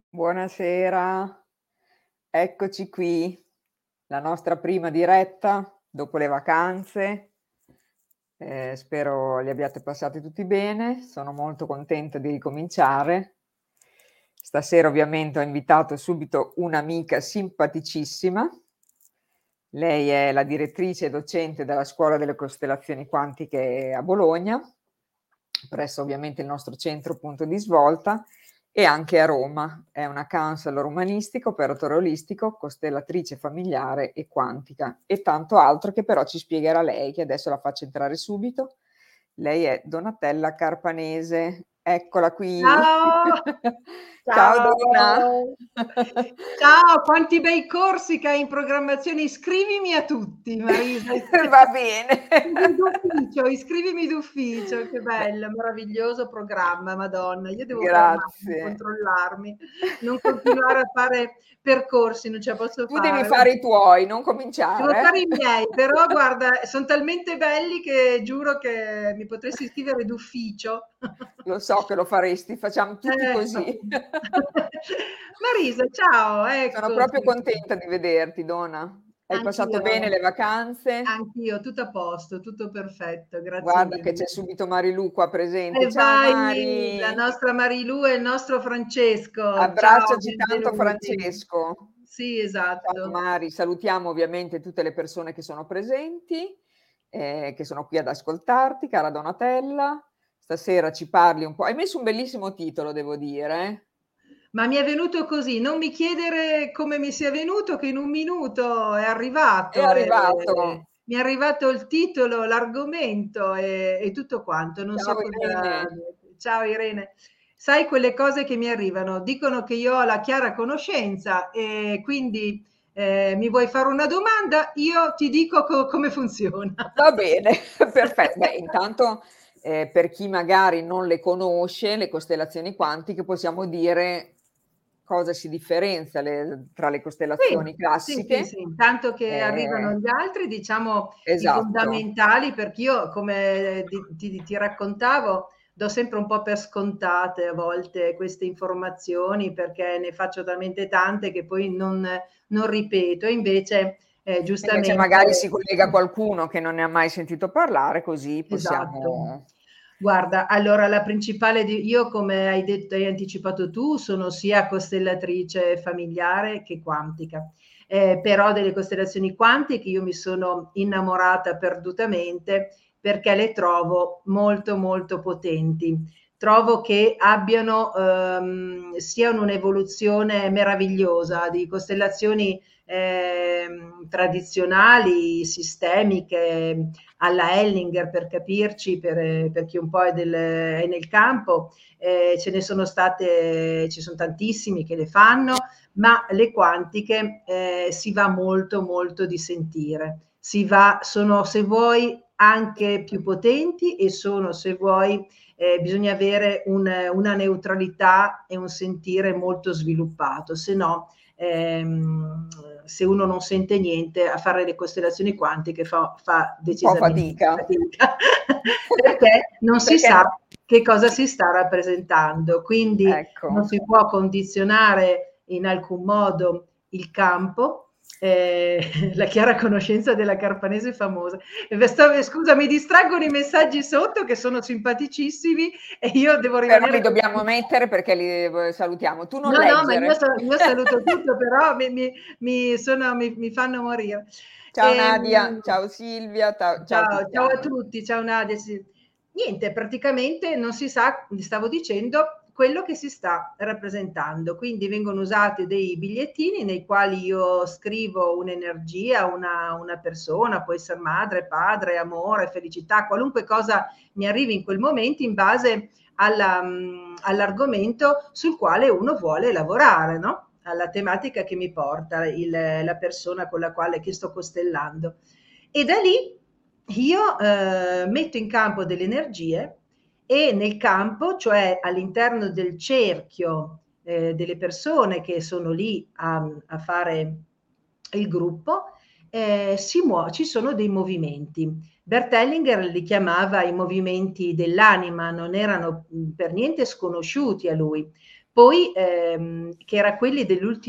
Buonasera, eccoci qui, la nostra prima diretta dopo le vacanze. Spero li abbiate passati tutti bene, sono molto contenta di ricominciare. Stasera ovviamente ho invitato subito un'amica simpaticissima. Lei è la direttrice e docente della Scuola delle Costellazioni Quantiche a Bologna, presso ovviamente il nostro centro punto di svolta, e anche a Roma. È una counselor umanistica, operatore olistico, costellatrice familiare e quantica e tanto altro che però ci spiegherà lei, che adesso la faccio entrare subito. Lei è Donatella Carpanese. Eccola qui. Ciao, Ciao Dona. ciao, ciao, quanti bei corsi che hai in programmazione. Iscrivimi a tutti, Marisa. Va bene. Iscrivimi d'ufficio, che Beh, bello, meraviglioso programma, Madonna. Io devo fermarmi, grazie. controllarmi, non continuare a fare percorsi, non ce la posso Tu devi fare. fare i tuoi, non Devo cominciare, fare i miei, però guarda, son talmente belli che giuro che mi potresti iscrivere d'ufficio. Lo so che lo faresti, facciam tutti Infatti. così. Marisa, ciao, Sono proprio eccoci. contenta di vederti, Dona. Hai passato Anch'io, bene le vacanze? anch'io, tutto a posto, tutto perfetto, grazie Guarda che c'è mille. subito Marilu qua E presente. Ciao vai, la Mari, nostra Marilù e il nostro Francesco. Ciao, abbracciaci tanto benvenuti. Francesco. Sì, Ciao esatto. Mari, salutiamo ovviamente tutte le persone che sono presenti, che sono qui ad ascoltarti, cara Donatella. Stasera ci parli un po'. Hai messo un bellissimo titolo, devo dire, eh? Ma mi è venuto così, non mi chiedere come mi sia venuto, che in un minuto è È arrivato, arrivato. mi è arrivato il titolo, l'argomento e tutto quanto. Non Ciao so cosa. Irene. Ciao Irene. Sai quelle cose che mi arrivano? Dicono che io ho la chiara conoscenza e quindi mi vuoi fare una domanda? Io ti dico come funziona. Va bene, perfetto. Beh, intanto, per chi magari non le conosce, le costellazioni quantiche, possiamo dire cosa si differenzia tra le Sì, costellazioni sì, sì, classiche. sì, intanto che arrivano Ehm, gli altri, diciamo i esatto. fondamentali, perché io, come ti raccontavo, do sempre un po' per scontate a volte queste informazioni, perché ne faccio talmente tante che poi non ripeto. E invece, Invece magari giustamente. si collega qualcuno che non ne ha mai sentito parlare, così Esatto. possiamo. Guarda, allora la principale io come hai detto, hai anticipato tu, sono sia costellatrice familiare che quantica. Però delle costellazioni quantiche io mi sono innamorata perdutamente perché le trovo molto molto potenti. Trovo che abbiano siano un'evoluzione meravigliosa di costellazioni tradizionali, sistemiche, alla Hellinger per capirci, per chi un po' è nel campo, ci sono tantissimi che le fanno, ma le quantiche si va molto molto di sentire, sono se vuoi anche più potenti e sono se vuoi bisogna avere una neutralità e un sentire molto sviluppato, se no se uno non sente niente a fare le costellazioni quantiche fa Un po' decisamente fatica. fatica perché non si Perché sa no, che cosa si sta rappresentando, quindi non ecco. si può condizionare in alcun modo il campo. La chiara conoscenza della Carpanese famosa. Scusa, mi distraggono i messaggi sotto che sono simpaticissimi e io devo Però li rimanere dobbiamo così. mettere perché li salutiamo. Tu non No, no, ma io, leggere. io saluto tutto, però mi fanno morire. Ciao Nadia, ciao Silvia, ciao Ciao, ciao a Tiziana. tutti, ciao Nadia. Niente, praticamente non si sa, vi stavo dicendo, quello che si sta rappresentando. Quindi vengono usati dei bigliettini nei quali io scrivo un'energia, una persona, può essere madre, padre, amore, felicità, qualunque cosa mi arrivi in quel momento in base all'argomento sul quale uno vuole lavorare, no? Alla tematica che mi porta la persona con la quale che sto costellando. E da lì io metto in campo delle energie e nel campo, cioè all'interno del cerchio delle persone che sono lì a fare il gruppo, ci sono dei movimenti. Bert Hellinger li chiamava i movimenti dell'anima, non erano per niente sconosciuti a lui, Poi, che era quelli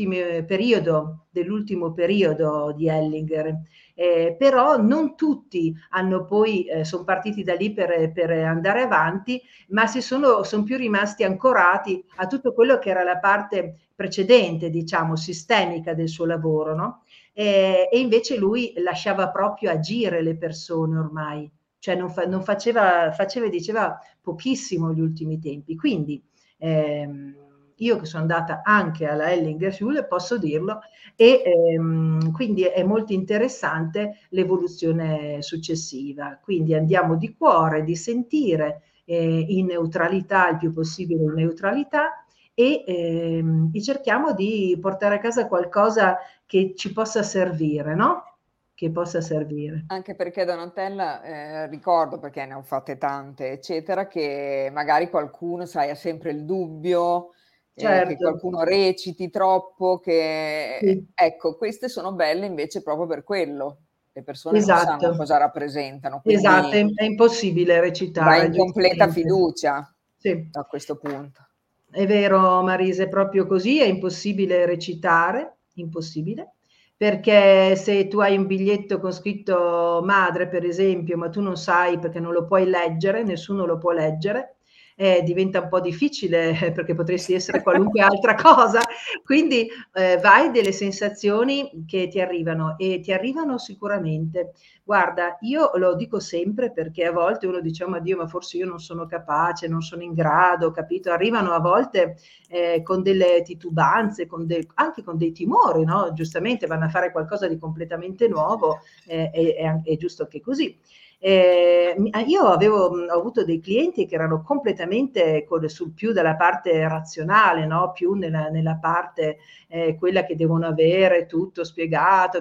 dell'ultimo periodo di Hellinger, però non tutti hanno poi, son partiti da lì per andare avanti, ma son più rimasti ancorati a tutto quello che era la parte precedente, diciamo, sistemica del suo lavoro, no? E invece lui lasciava proprio agire le persone ormai, cioè non faceva e diceva pochissimo gli ultimi tempi. Quindi io che sono andata anche alla Hellinger Schule posso dirlo, e quindi è molto interessante l'evoluzione successiva. Quindi andiamo di cuore, di sentire, in neutralità, il più possibile in neutralità, e cerchiamo di portare a casa qualcosa che ci possa servire, no? Che possa servire. Anche perché Donatella, ricordo, perché ne ho fatte tante, eccetera, che magari qualcuno, sai, ha sempre il dubbio, che Certo, qualcuno reciti troppo, che sì, ecco, queste sono belle invece proprio per quello. Le persone non sanno esatto, cosa rappresentano, esatto, quindi è impossibile vai recitare, in completa giustamente. fiducia Sì. a questo punto. È vero Marisa, è proprio così, è impossibile recitare, impossibile, perché se tu hai un biglietto con scritto madre, per esempio, ma tu non sai perché non lo puoi leggere, nessuno lo può leggere, diventa un po' difficile perché potresti essere qualunque altra cosa. Quindi vai delle sensazioni che ti arrivano e ti arrivano sicuramente. Guarda, io lo dico sempre perché a volte uno dice: "Oh, ma Dio, ma forse io non sono capace, non sono in grado", capito? Arrivano a volte con delle titubanze, anche con dei timori, no? Giustamente vanno a fare qualcosa di completamente nuovo, è giusto che così. Io ho avuto dei clienti che erano completamente sul più della parte razionale, no? Più nella parte quella che devono avere tutto spiegato,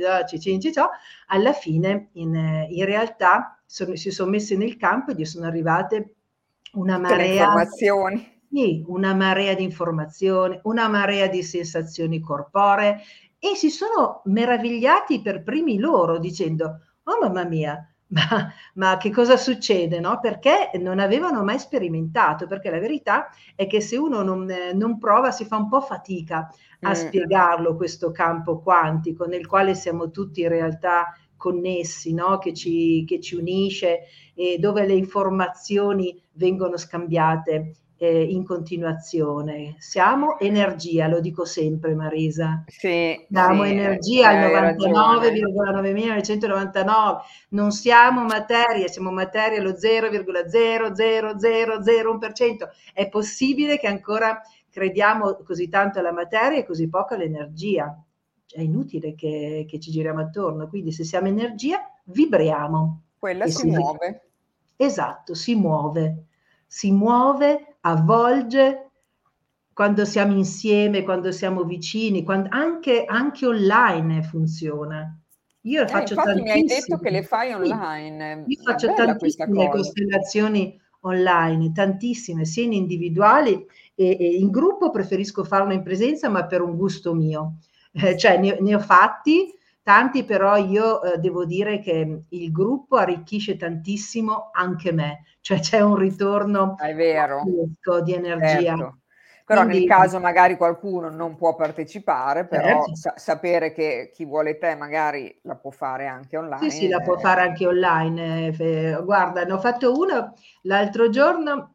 alla fine in realtà si sono messi nel campo e gli sono arrivate una Tutte le marea, informazioni. sì, una marea di informazioni, una marea di sensazioni corporee, e si sono meravigliati per primi loro dicendo: "Oh mamma mia, ma che cosa succede?" No, perché non avevano mai sperimentato, perché la verità è che se uno non prova si fa un po' fatica a Mm. spiegarlo questo campo quantico nel quale siamo tutti in realtà connessi, no? Che ci unisce, e dove le informazioni vengono scambiate in continuazione. Siamo energia, lo dico sempre Marisa. Sì, sì, Siamo energia al hai ragione. 99,9999, non siamo materia, siamo materia allo 0,0000001%. È possibile che ancora crediamo così tanto alla materia e così poco all'energia? È inutile che ci giriamo attorno, quindi se siamo energia vibriamo. Quella E si si muove. Esatto, si muove, avvolge quando siamo insieme, quando siamo vicini, anche online funziona. Io faccio Infatti mi hai detto che le tantissime, fai sì, online. io È faccio bella questa tantissime cosa. costellazioni online, tantissime, sia in individuali, e in gruppo preferisco farlo in presenza, ma per un gusto mio. Cioè ne ho fatti tanti, però io devo dire che il gruppo arricchisce tantissimo anche me, cioè c'è un ritorno È vero, pazzesco di energia. certo. Però nel Quindi caso magari qualcuno non può partecipare, però certo. sapere che chi vuole te magari la può fare anche Sì, sì, la può online. fare anche online. Guarda, ne ho fatto uno l'altro giorno,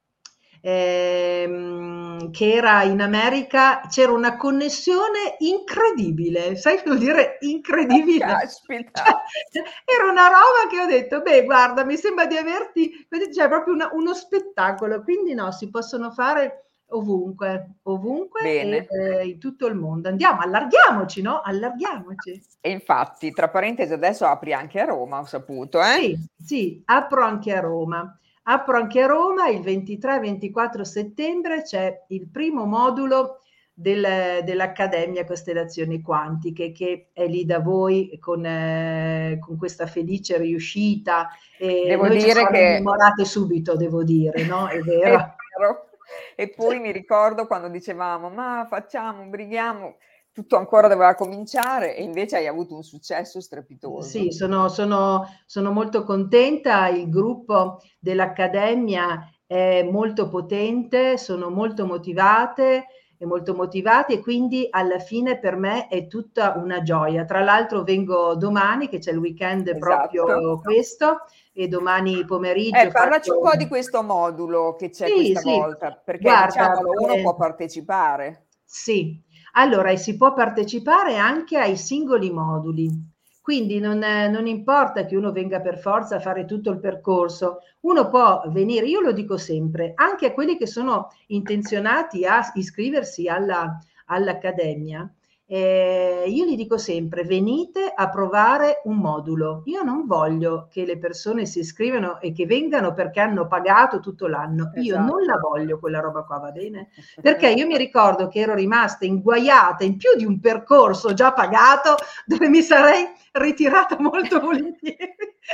che era in America, c'era una connessione incredibile, sai che vuol dire incredibile? Caspita! Cioè, era una roba che ho detto, beh, guarda, mi sembra di averti, cioè proprio uno spettacolo, quindi no, si possono fare ovunque, ovunque, e Bene. in tutto il mondo. Andiamo, allarghiamoci, no? Allarghiamoci. E infatti, tra parentesi, adesso apri anche a Roma, ho saputo, eh? Sì, sì, apro anche a Roma. Apro anche a Roma il 23-24 settembre, c'è il primo modulo dell'Accademia Costellazioni Quantiche, che è lì da voi con questa felice riuscita, e Devo noi ci dire siamo che innamorate subito, devo dire, no? È è vero? vero. E poi mi ricordo quando dicevamo: "Ma facciamo, brighiamo", tutto ancora doveva cominciare e invece hai avuto un successo Sì, strepitoso. sono molto contenta. Il gruppo dell'Accademia è molto potente, sono molto motivate e molto motivati, e quindi alla fine per me è tutta una gioia. Tra l'altro vengo domani, che c'è il weekend Esatto. proprio questo, e domani pomeriggio Parlaci un faccio... po' di questo modulo che c'è Sì, questa sì, volta, perché guarda, diciamolo, uno può partecipare. sì, allora si può partecipare anche ai singoli moduli, quindi non importa che uno venga per forza a fare tutto il percorso, uno può venire, io lo dico sempre, anche a quelli che sono intenzionati a iscriversi all'accademia. Io gli dico sempre: venite a provare un modulo. Io non voglio che le persone si iscrivano e che vengano perché hanno pagato tutto l'anno. Io non la Esatto. voglio quella roba qua, va bene? Perché io mi ricordo che ero rimasta inguaiata in più di un percorso già pagato dove mi sarei ritirata molto volentieri.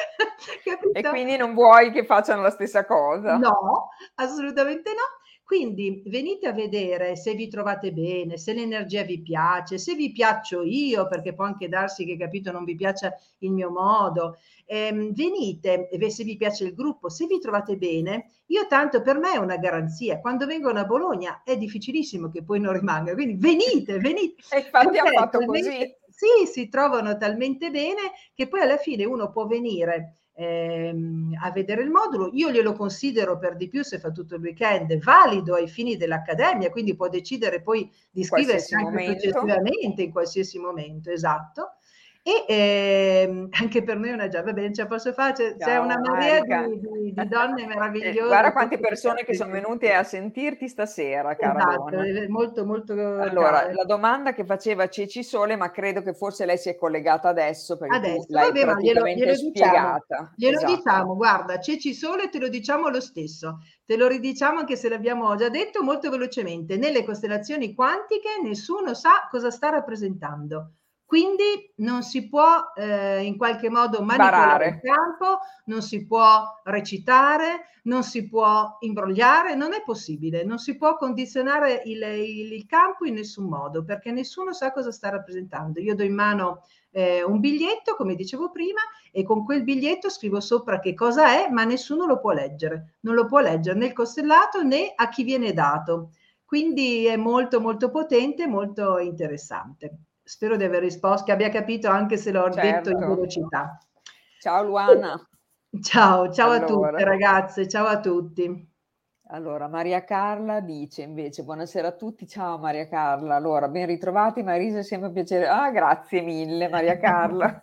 E Capito? quindi non vuoi che facciano la stessa cosa? No, assolutamente no. Quindi venite a vedere se vi trovate bene, se l'energia vi piace, se vi piaccio io, perché può anche darsi che, capito, non vi piaccia il mio modo. Venite, se vi piace il gruppo, se vi trovate bene, io tanto per me è una garanzia. Quando vengono a Bologna è difficilissimo che poi non rimanga, quindi venite, venite, E infatti han perché fatto così. talmente, sì, si trovano talmente bene che poi alla fine uno può venire a vedere il modulo. Io glielo considero, per di più, se fa tutto il weekend, valido ai fini dell'accademia, quindi può decidere poi di In iscriversi qualsiasi anche momento. successivamente, in qualsiasi momento, esatto. E anche per noi è una gioia, va bene, ce la posso fare, c'è una Ciao marea Marica. di donne Guarda meravigliose, quante tutte persone che son capaci. venute a sentirti stasera, cara Esatto, donna. molto, molto Allora, care. la domanda che faceva Ceci Sole, ma credo che forse lei si è collegata adesso perché tu Adesso, l'hai vabbè, ma praticamente spiegata. glielo Esatto. diciamo, guarda, Ceci Sole te lo diciamo lo stesso, te lo ridiciamo anche se l'abbiamo già detto molto velocemente. Nelle costellazioni quantiche nessuno sa cosa sta rappresentando, quindi non si può in qualche modo manipolare il Barare. campo, non si può recitare, non si può imbrogliare, non è possibile, non si può condizionare il campo in nessun modo, perché nessuno sa cosa sta rappresentando. Io do in mano un biglietto, come dicevo prima, e con quel biglietto scrivo sopra che cosa è, ma nessuno lo può leggere. Non lo può leggere né il costellato né a chi viene dato. Quindi è molto molto potente, molto interessante. Spero di aver risposto, che abbia capito anche se l'ho detto in Certo. velocità. Ciao Luana. Ciao, ciao a tutte Allora. ragazze, ciao a tutti. Allora, Maria Carla dice invece: "Buonasera a tutti, ciao Maria Carla. Allora, ben ritrovati, Marisa, è sempre un piacere" ah, grazie mille Maria Carla.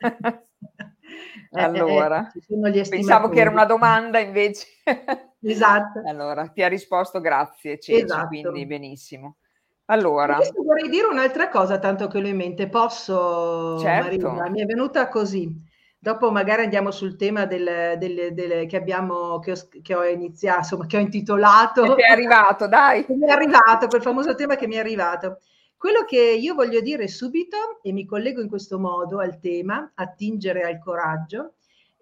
Allora, Ci sono gli pensavo che era estimatori. una domanda invece. Esatto, Allora, ti ha risposto grazie Ceci, quindi esatto. benissimo. Allora, Adesso vorrei dire un'altra cosa, tanto che l'ho in mente. Posso, Marisa? certo, Mi è venuta così. Dopo magari andiamo sul tema che ho iniziato, insomma, che ho che ti intitolato, è arrivato, dai. che mi è arrivato, quel famoso tema che mi è arrivato. Quello che io voglio dire subito, e mi collego in questo modo al tema, attingere al coraggio,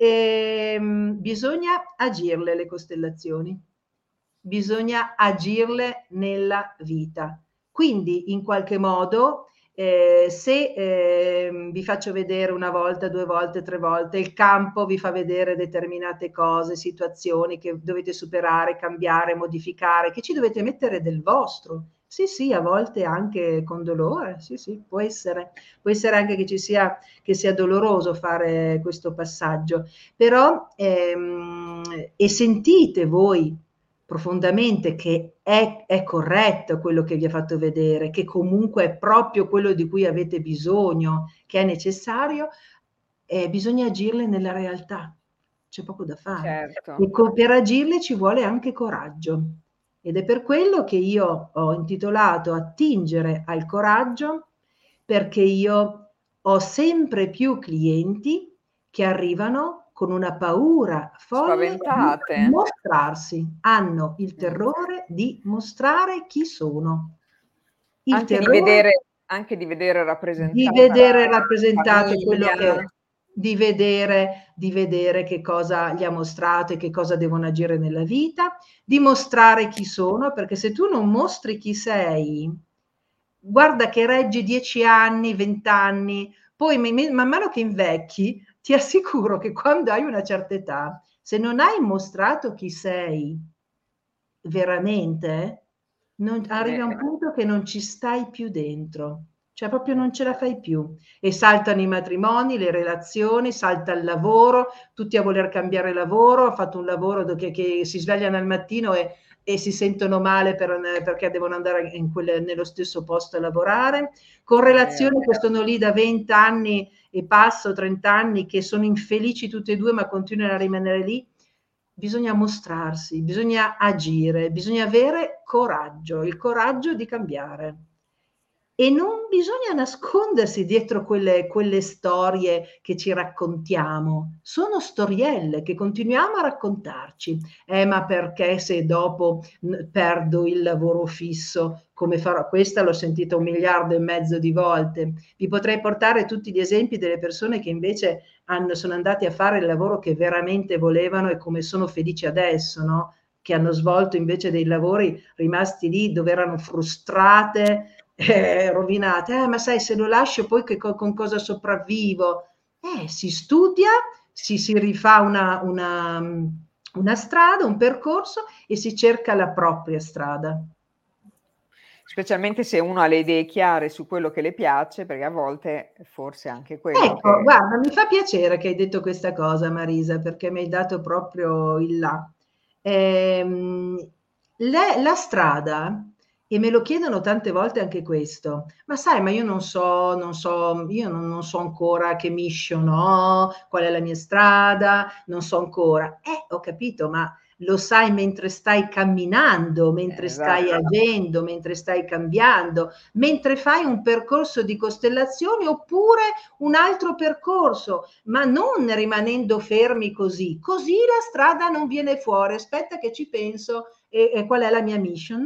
bisogna agirle le costellazioni, bisogna agirle nella vita. Quindi in qualche modo, se vi faccio vedere una volta, due volte, tre volte, il campo vi fa vedere determinate cose, situazioni che dovete superare, cambiare, modificare, che ci dovete mettere del vostro. Sì, sì, a volte anche con dolore, sì, sì, può essere anche che sia doloroso fare questo passaggio, però e sentite voi profondamente che è corretto quello che vi ha fatto vedere, che comunque è proprio quello di cui avete bisogno, che è necessario, bisogna agirle nella realtà, c'è poco da fare. Certo. E per agirle ci vuole anche coraggio. Ed è per quello che io ho intitolato Attingere al coraggio, perché io ho sempre più clienti che arrivano con una paura folle di Spaventate. mostrarsi, hanno il Mh. terrore di mostrare chi sono, il Anche di terrore vedere anche di vedere di rappresentata vedere la rappresentato quello famiglia. che, di vedere che cosa gli ha mostrato e che cosa devono agire nella vita, di mostrare chi sono, perché se tu non mostri chi sei, guarda che reggi 10 anni, 20 anni, poi man mano che invecchi, ti assicuro che quando hai una certa età, se non hai mostrato chi sei veramente, arrivi a un Eh, punto che non ci stai più dentro, cioè proprio non ce la fai più. E saltano i matrimoni, le relazioni, salta il lavoro, tutti a voler cambiare lavoro, ho fatto un lavoro che si svegliano al mattino e si sentono male perché devono andare nello stesso posto a lavorare, con è vero. relazioni che sono lì da 20 anni e passo, 30 anni, che sono infelici tutte e due ma continuano a rimanere lì. Bisogna mostrarsi, bisogna agire, bisogna avere coraggio, il coraggio di cambiare. E non bisogna nascondersi dietro quelle storie che ci raccontiamo. Sono storielle che continuiamo a raccontarci. Ma perché se dopo perdo il lavoro fisso, come farò? Questa l'ho sentita 1,5 miliardi di volte. Vi potrei portare tutti gli esempi delle persone che invece sono andati a fare il lavoro che veramente volevano e come sono felici adesso, no? Che hanno svolto invece dei lavori rimasti lì dove erano frustrate, rovinate. Ma sai, se lo lascio poi con cosa sopravvivo? Si studia, si rifà una strada, un percorso e si cerca la propria strada. Specialmente se uno ha le idee chiare su quello che le piace, perché a volte forse anche quello Ecco, che... guarda, mi fa piacere che hai detto questa cosa, Marisa, perché mi hai dato proprio il là. Ehm, la strada, e me lo chiedono tante volte anche questo, ma sai, ma io non so ancora che mission ho, qual è la mia strada, non so ancora. Ho capito, ma lo sai mentre stai camminando, mentre stai Esatto. agendo, mentre stai cambiando, mentre fai un percorso di costellazioni oppure un altro percorso, ma non rimanendo fermi così. Così la strada non viene fuori. Aspetta che ci penso e qual è la mia mission.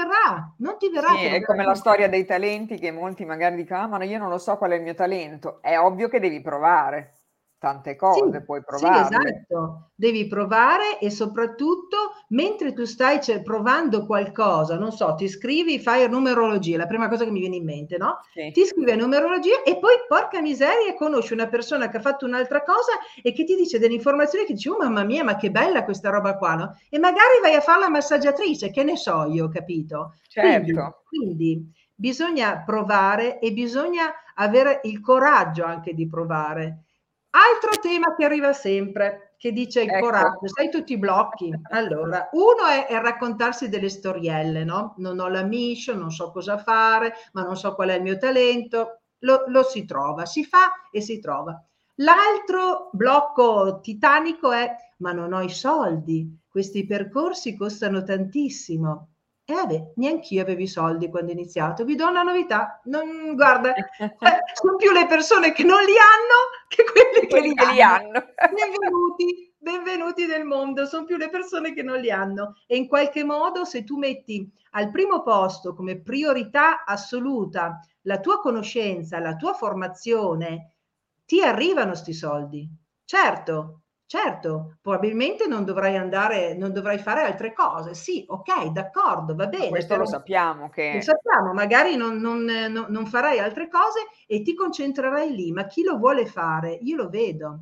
Non ti Sì, verrà, te lo è come la garantisco. storia dei talenti che molti magari dicono, ah, ma io non lo so qual è il mio talento. È ovvio che devi provare tante Sì, cose, puoi sì, provarle. esatto. Devi provare e soprattutto mentre tu stai provando qualcosa, non so, ti scrivi, fai numerologia, la prima cosa che mi viene in mente, no? Sì, Ti scrivi a numerologia e poi, porca miseria, conosci una persona che ha fatto un'altra cosa e che ti dice delle informazioni che dici, oh mamma mia, ma che bella questa roba qua, no? E magari vai a fare la massaggiatrice, che ne so io, capito? certo. Quindi bisogna provare e bisogna avere il coraggio anche di provare. Altro tema che arriva sempre, che dice il Ecco. coraggio, sai tutti i blocchi. Allora, uno è raccontarsi delle storielle, no? Non ho la mission, non so cosa fare, ma non so qual è il mio talento. Lo si trova, si fa e si trova. L'altro blocco titanico è, ma non ho i soldi, questi percorsi costano tantissimo. E vabbè, neanch'io avevo i soldi quando ho iniziato. Vi do una novità, guarda, sono più le persone che non li hanno che quelle Che che quelli li che li hanno. hanno. Benvenuti, benvenuti nel mondo, sono più le persone che non li hanno. E in qualche modo, se tu metti al primo posto come priorità assoluta la tua conoscenza, la tua formazione, ti arrivano sti soldi. Certo, certo, probabilmente non dovrai fare altre cose. Sì, ok, d'accordo, va Ma bene, questo però lo sappiamo lo che... sappiamo, magari non farai altre cose e ti concentrerai lì, ma chi lo vuole fare, io lo vedo,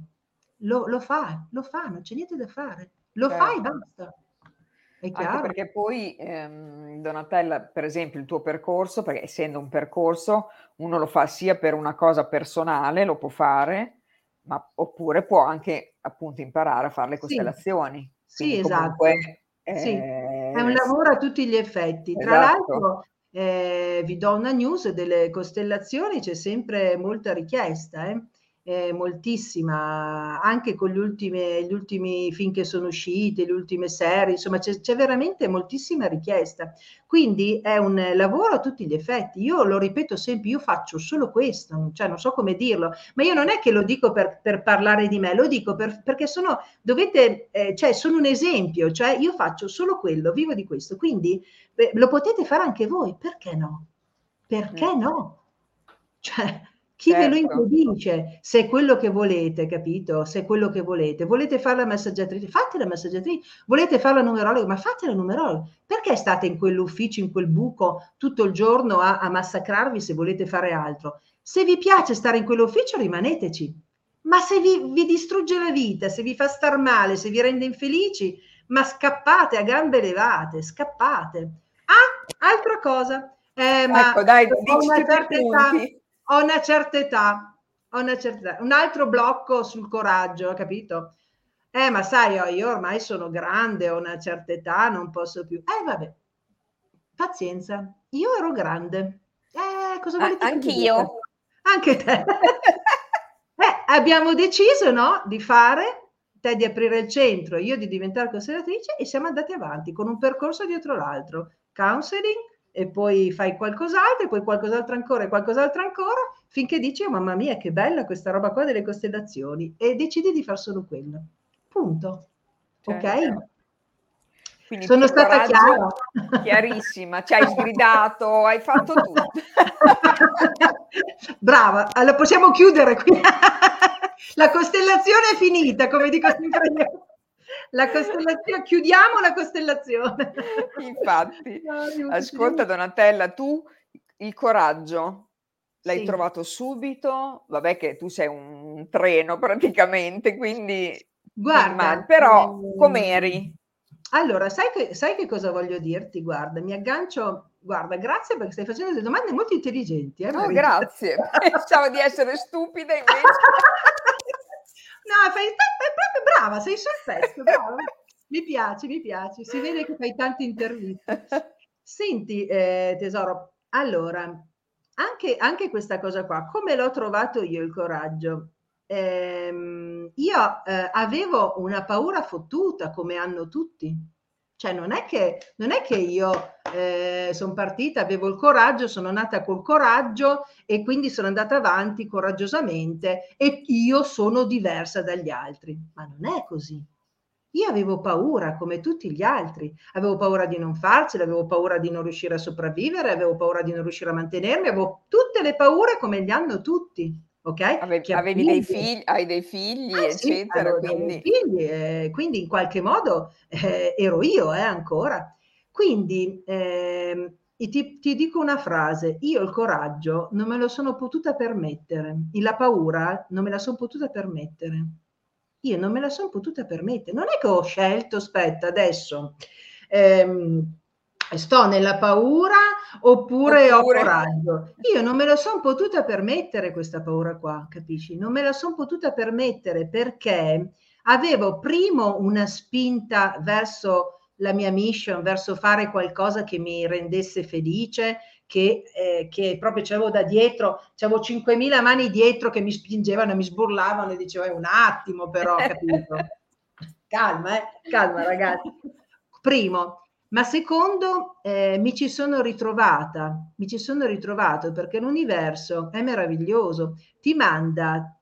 lo fa, non c'è niente da fare, lo fa e Certo. basta, è Anche chiaro? perché poi, Donatella, per esempio, il tuo percorso, perché essendo un percorso, uno lo fa sia per una cosa personale, lo può fare, ma oppure può anche appunto imparare a fare le Sì, costellazioni. sì, Quindi comunque, esatto. Sì, è un s- lavoro a tutti gli effetti. Tra esatto. l'altro, vi do una news delle costellazioni, c'è sempre molta richiesta, moltissima, anche con gli ultimi film che sono usciti, le ultime serie, insomma, c'è veramente moltissima richiesta. Quindi è un lavoro a tutti gli effetti. Io lo ripeto sempre, io faccio solo questo, cioè non so come dirlo, ma io non è che lo dico per parlare di me, lo dico perché cioè sono un esempio, cioè io faccio solo quello, vivo di questo, quindi lo potete fare anche voi, perché no? Mm, Perché no? Cioè, chi ve lo certo, impedisce se è quello che volete, capito? Se è quello che volete. Volete fare la massaggiatrice? Fate la massaggiatrice. Volete fare la numerologa? Ma fate la numerologa. Perché state in quell'ufficio, in quel buco tutto il giorno a massacrarvi se volete fare altro? Se vi piace stare in quell'ufficio, rimaneteci. Ma se vi distrugge la vita, se vi fa star male, se vi rende infelici, ma scappate a gambe levate, scappate. Ah, altra cosa, ma Ecco, dai, ho dici una tutti i certa età, punti. ho una certa età, ho una certa età. Un altro blocco sul coraggio, capito? Ma sai, io ormai sono grande, ho una certa età, non posso più. Vabbè, pazienza, io ero grande. Cosa volete che vi dica? Anch'io. Anche te. Abbiamo deciso, no, di fare, te di aprire il centro, io di diventare conservatrice e siamo andati avanti con un percorso dietro l'altro. Counseling e poi fai qualcos'altro e poi qualcos'altro ancora e qualcos'altro ancora finché dici, oh mamma mia, che bella questa roba qua delle costellazioni e decidi di far solo quello. Punto. Ok? Certo. Quindi Sono più stata chiara? coraggio, chiarissima, ci hai sgridato, hai fatto tutto. Brava, allora possiamo chiudere qui. La costellazione è finita, come dico sempre io. La costellazione, chiudiamo la costellazione. Infatti. Aiuto, Ascolta Donatella, tu il coraggio l'hai sì, trovato subito? Vabbè che tu sei un treno praticamente, quindi guarda, però com'eri? allora sai che cosa voglio dirti? Guarda, mi aggancio, guarda, grazie perché stai facendo delle domande molto intelligenti, Oh, Maria. grazie. Pensavo di essere stupida invece. No, fai proprio brava, sei sul pezzo, brava. Mi piace, si vede che fai tante interviste. Senti, tesoro, allora, anche questa cosa qua, come l'ho trovato io il coraggio? Io avevo una paura fottuta, come hanno tutti. Cioè, non è che io sono partita, avevo il coraggio, sono nata col coraggio e quindi sono andata avanti coraggiosamente e io sono diversa dagli altri. Ma non è così. Io avevo paura come tutti gli altri, avevo paura di non farcela, avevo paura di non riuscire a sopravvivere, avevo paura di non riuscire a mantenermi, avevo tutte le paure come li hanno tutti, ok? Che Avevi dei appunto figli, hai dei figli, sì, eccetera, avevo dei quindi figli, quindi in qualche modo ero io ancora. Quindi e ti dico una frase, io il coraggio non me lo sono potuta permettere, e la paura non me la sono potuta permettere. Io non me la sono potuta permettere. Non è che ho scelto, aspetta, adesso sto nella paura oppure ho oppure coraggio. Io non me la son potuta permettere questa paura qua, capisci? Non me la son potuta permettere perché avevo primo una spinta verso la mia mission, verso fare qualcosa che mi rendesse felice, che proprio c'avevo da dietro, c'avevo 5.000 mani dietro che mi spingevano e mi sburlavano e dicevo, un attimo però, capito? Calma ragazzi. Primo, ma secondo, mi ci sono ritrovato perché l'universo è meraviglioso, ti manda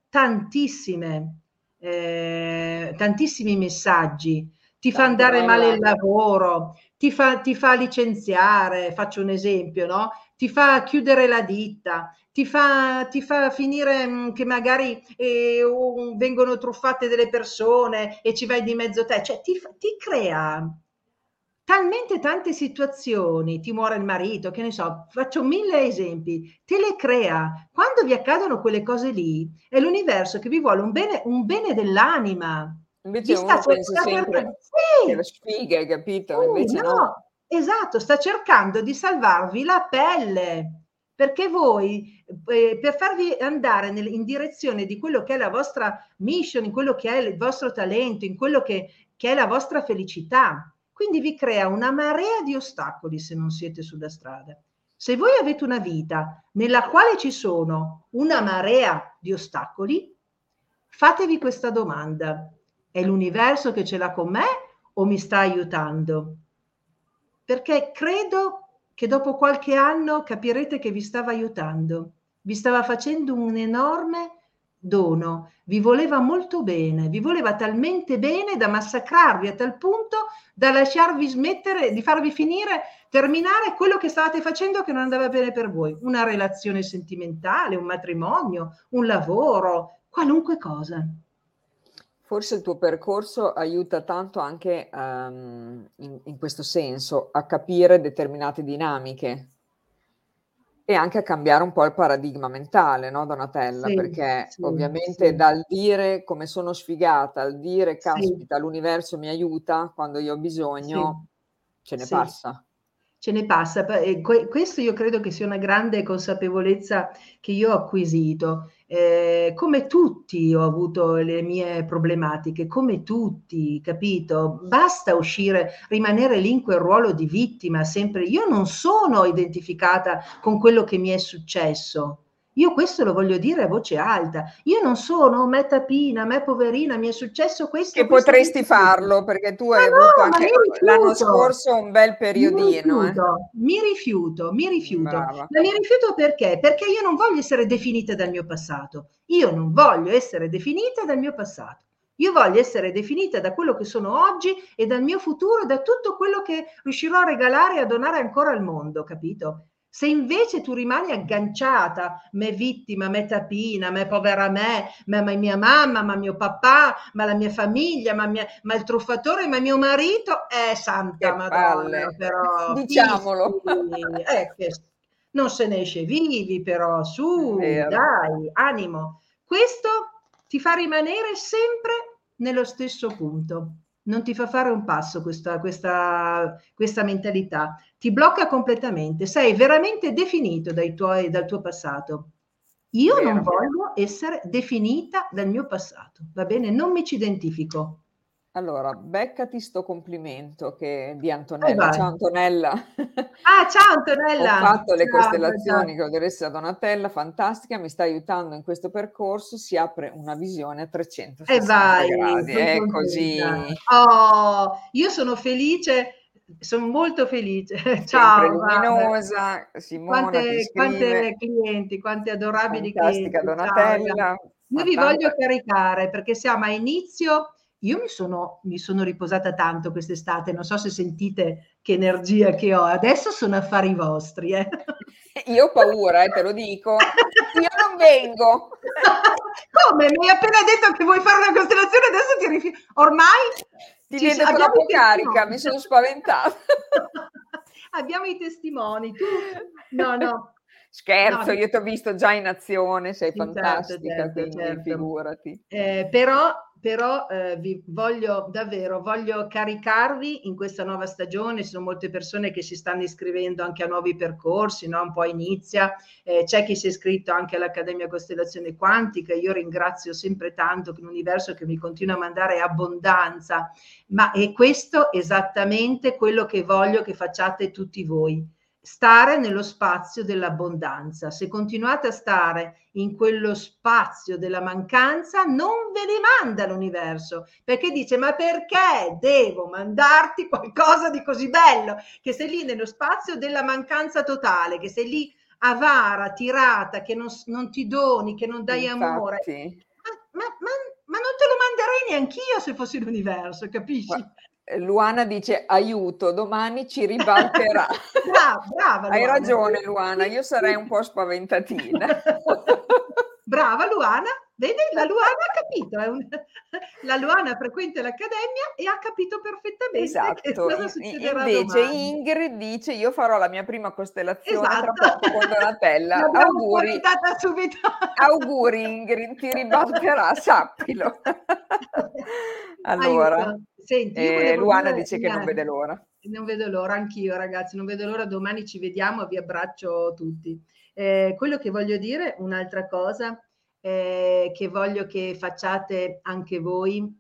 tantissimi messaggi, ti fa tante andare male il belle. lavoro, ti fa licenziare, faccio un esempio, no? Ti fa chiudere la ditta, ti fa finire che magari vengono truffate delle persone e ci vai di mezzo te, cioè ti crea talmente tante situazioni, ti muore il marito, che ne so, faccio mille esempi, te le crea. Quando vi accadono quelle cose lì, è l'universo che vi vuole un bene dell'anima. Invece Vi sta, uno pensa sta cercando, sempre che la sì, sfiga, hai capito? Invece no. no, esatto, sta cercando di salvarvi la pelle, perché voi, per farvi andare in direzione di quello che è la vostra mission, in quello che è il vostro talento, in quello che è la vostra felicità, quindi vi crea una marea di ostacoli se non siete sulla strada. Se voi avete una vita nella quale ci sono una marea di ostacoli, fatevi questa domanda: è l'universo che ce l'ha con me o mi sta aiutando? Perché credo che dopo qualche anno capirete che vi stava aiutando, vi stava facendo un enorme dono, vi voleva molto bene, vi voleva talmente bene da massacrarvi a tal punto da lasciarvi smettere, di farvi finire, terminare quello che stavate facendo che non andava bene per voi, una relazione sentimentale, un matrimonio, un lavoro, qualunque cosa. Forse il tuo percorso aiuta tanto anche, in questo senso, a capire determinate dinamiche. E anche a cambiare un po' il paradigma mentale, no, Donatella, Sì, perché sì, ovviamente sì, dal dire come sono sfigata, al dire sì, caspita l'universo mi aiuta quando io ho sì, bisogno, ce ne sì. passa. Ce ne passa, questo io credo che sia una grande consapevolezza che io ho acquisito. Come tutti ho avuto le mie problematiche, come tutti, capito? Basta uscire, rimanere lì in quel ruolo di vittima, sempre. Io non sono identificata con quello che mi è successo. Io questo lo voglio dire a voce alta. Io non sono me tapina, me poverina, mi è successo Che questo. potresti farlo, perché tu Ma hai avuto no, ma mi anche l'anno rifiuto. scorso un bel Mi periodino, eh. rifiuto, mi rifiuto, mi rifiuto. Brava. Ma mi rifiuto perché? Perché io non voglio essere definita dal mio passato. Io non voglio essere definita dal mio passato. Io voglio essere definita da quello che sono oggi e dal mio futuro, da tutto quello che riuscirò a regalare e a donare ancora al mondo, capito? Se invece tu rimani agganciata, me vittima, me tapina, me povera me mia mamma, ma mio papà, ma la mia famiglia, ma il truffatore, ma mio marito, santa Che Madonna, palle. però, fischi, Diciamolo. che non se ne esce vivi, però, su, Vero. dai, animo. Questo ti fa rimanere sempre nello stesso punto. Non ti fa fare un passo questa mentalità, ti blocca completamente, sei veramente definito dal tuo passato. Io non Vero. voglio essere definita dal mio passato, va bene? Non mi ci identifico. Allora, beccati sto complimento di E Antonella. vai. Ciao Antonella. Ah, ciao Ho Antonella. fatto le Ciao, ciao, costellazioni ciao. che ho diresso a Donatella, fantastica, mi sta aiutando in questo percorso, si apre una visione a E 360 vai, gradi. son È contenta. così, Oh, io sono felice, son molto felice. sempre Ciao, guarda. luminosa. Simona ti Quante scrive, clienti, quante adorabili fantastica clienti. Ciao ragazzi. Donatella, Io ma vi voglio tanta. caricare perché siamo a inizio. Io mi sono riposata tanto quest'estate, non so se sentite che energia che ho. Adesso sono affari vostri, eh. Io ho paura, te lo dico. Io non vengo. Come? Mi hai appena detto che vuoi fare una costellazione, adesso ti rifiuti. Ormai Ti vedo abbiamo i troppo carica, testimoni. mi sono spaventata. Abbiamo i testimoni. Tu, no, no, no. Scherzo, io ti ho visto già in azione, sei Sì, certo, fantastica, certo, quindi certo. figurati. Però vi voglio davvero, voglio caricarvi in questa nuova stagione. Ci sono molte persone che si stanno iscrivendo anche a nuovi percorsi, no? Un po' inizia, c'è chi si è iscritto anche all'Accademia Costellazione Quantica. Io ringrazio sempre tanto l'universo che mi continua a mandare abbondanza, ma è questo esattamente quello che voglio che facciate tutti voi. Stare nello spazio dell'abbondanza. Se continuate a stare in quello spazio della mancanza, non ve li manda l'universo, perché dice: ma perché devo mandarti qualcosa di così bello? Che sei lì nello spazio della mancanza totale, che sei lì avara, tirata, che non ti doni, che non dai amore. Infatti, Ma non te lo manderei neanch'io se fossi l'universo, capisci? Luana dice aiuto, domani ci ribalterà. Brava Hai Luana. Sì, ragione Luana, sì, io sarei un sì. po' spaventatina. Brava Luana, vedi? La Luana ha capito, la Luana frequenta l'accademia e ha capito perfettamente che Esatto, cosa succederà invece domani. Ingrid dice io farò la mia prima costellazione tra Esatto, poco con Donatella. l'abbiamo Auguri, spaventata subito. auguri Ingrid, ti ribalterà, sappilo. Allora, Aiuto. Senti, io volevo Luana dire dice che non vede l'ora. non vedo l'ora, anch'io ragazzi, non vedo l'ora, domani ci vediamo, vi abbraccio tutti. Quello che voglio dire, un'altra cosa, che voglio che facciate anche voi,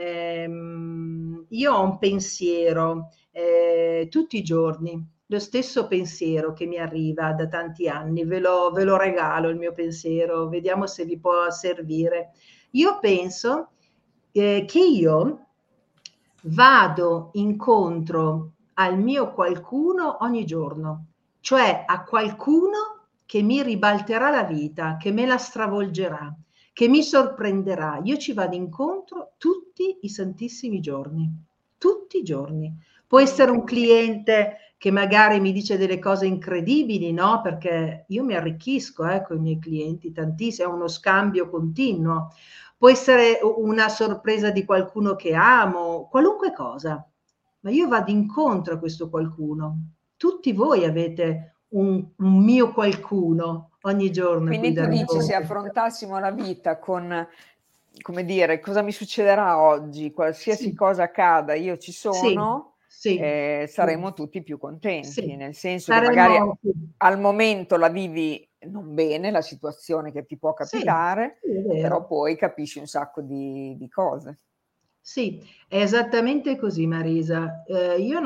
io ho un pensiero, tutti i giorni, lo stesso pensiero che mi arriva da tanti anni, ve lo regalo il mio pensiero, vediamo se vi può servire. Io penso che io vado incontro al mio qualcuno ogni giorno, cioè a qualcuno che mi ribalterà la vita, che me la stravolgerà, che mi sorprenderà. Io ci vado incontro tutti i santissimi giorni, tutti i giorni. Può essere un cliente che magari mi dice delle cose incredibili, no? Perché io mi arricchisco, con i miei clienti tantissimo, è uno scambio continuo. Può essere una sorpresa di qualcuno che amo, qualunque cosa, ma io vado incontro a questo qualcuno. Tutti voi avete un mio qualcuno ogni giorno a cui Quindi tu dare dici, se voce. affrontassimo la vita con, come dire, cosa mi succederà oggi, qualsiasi Sì, cosa accada, io ci sì, sono, sì, sì, saremo tutti più contenti, sì. nel senso che magari Saremo sì, al momento la vivi non bene, la situazione che ti può sì, capitare, sì, è però vero. poi capisci un sacco di cose. Sì, è esattamente così Marisa. Io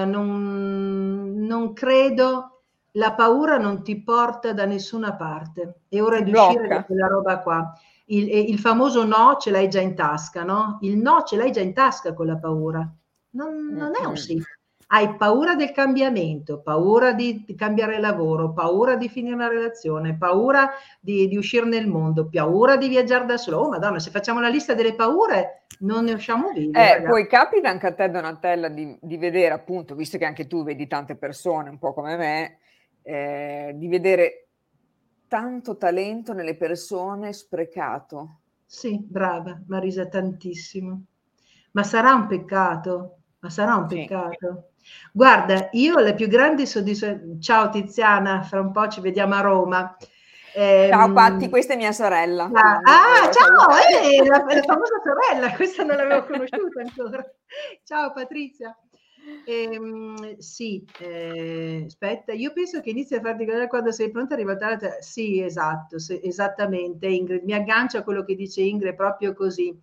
non credo, la paura non ti porta da nessuna parte. È ora Ti di uscire da blocca. quella roba qua. Il famoso no ce l'hai già in tasca, no? Il no ce l'hai già in tasca con la paura. Non è un Mm-mm. sì. Hai paura del cambiamento, paura di cambiare lavoro, paura di finire una relazione, paura di uscire nel mondo, paura di viaggiare da solo. Oh Madonna, se facciamo la lista delle paure non ne usciamo vivi, ragazzi. Poi capita anche a te, Donatella, di vedere, appunto, visto che anche tu vedi tante persone, un po' come me, di vedere tanto talento nelle persone sprecato. Sì, brava, Marisa, tantissimo. Ma sarà un peccato? Ma sarà un Sì. peccato? Guarda, io le più grandi soddisfazioni. Ciao Tiziana, fra un po' ci vediamo a Roma. Ciao Patti, Ehm, questa è mia sorella, ah, quindi volevo ciao, salutare. la famosa sorella, questa non l'avevo conosciuta ancora. Ciao Patrizia. Sì, aspetta, io penso che inizi a farti vedere quando sei pronta a ribaltare la sì, esatto, esattamente Ingrid, mi aggancio a quello che dice Ingrid proprio così.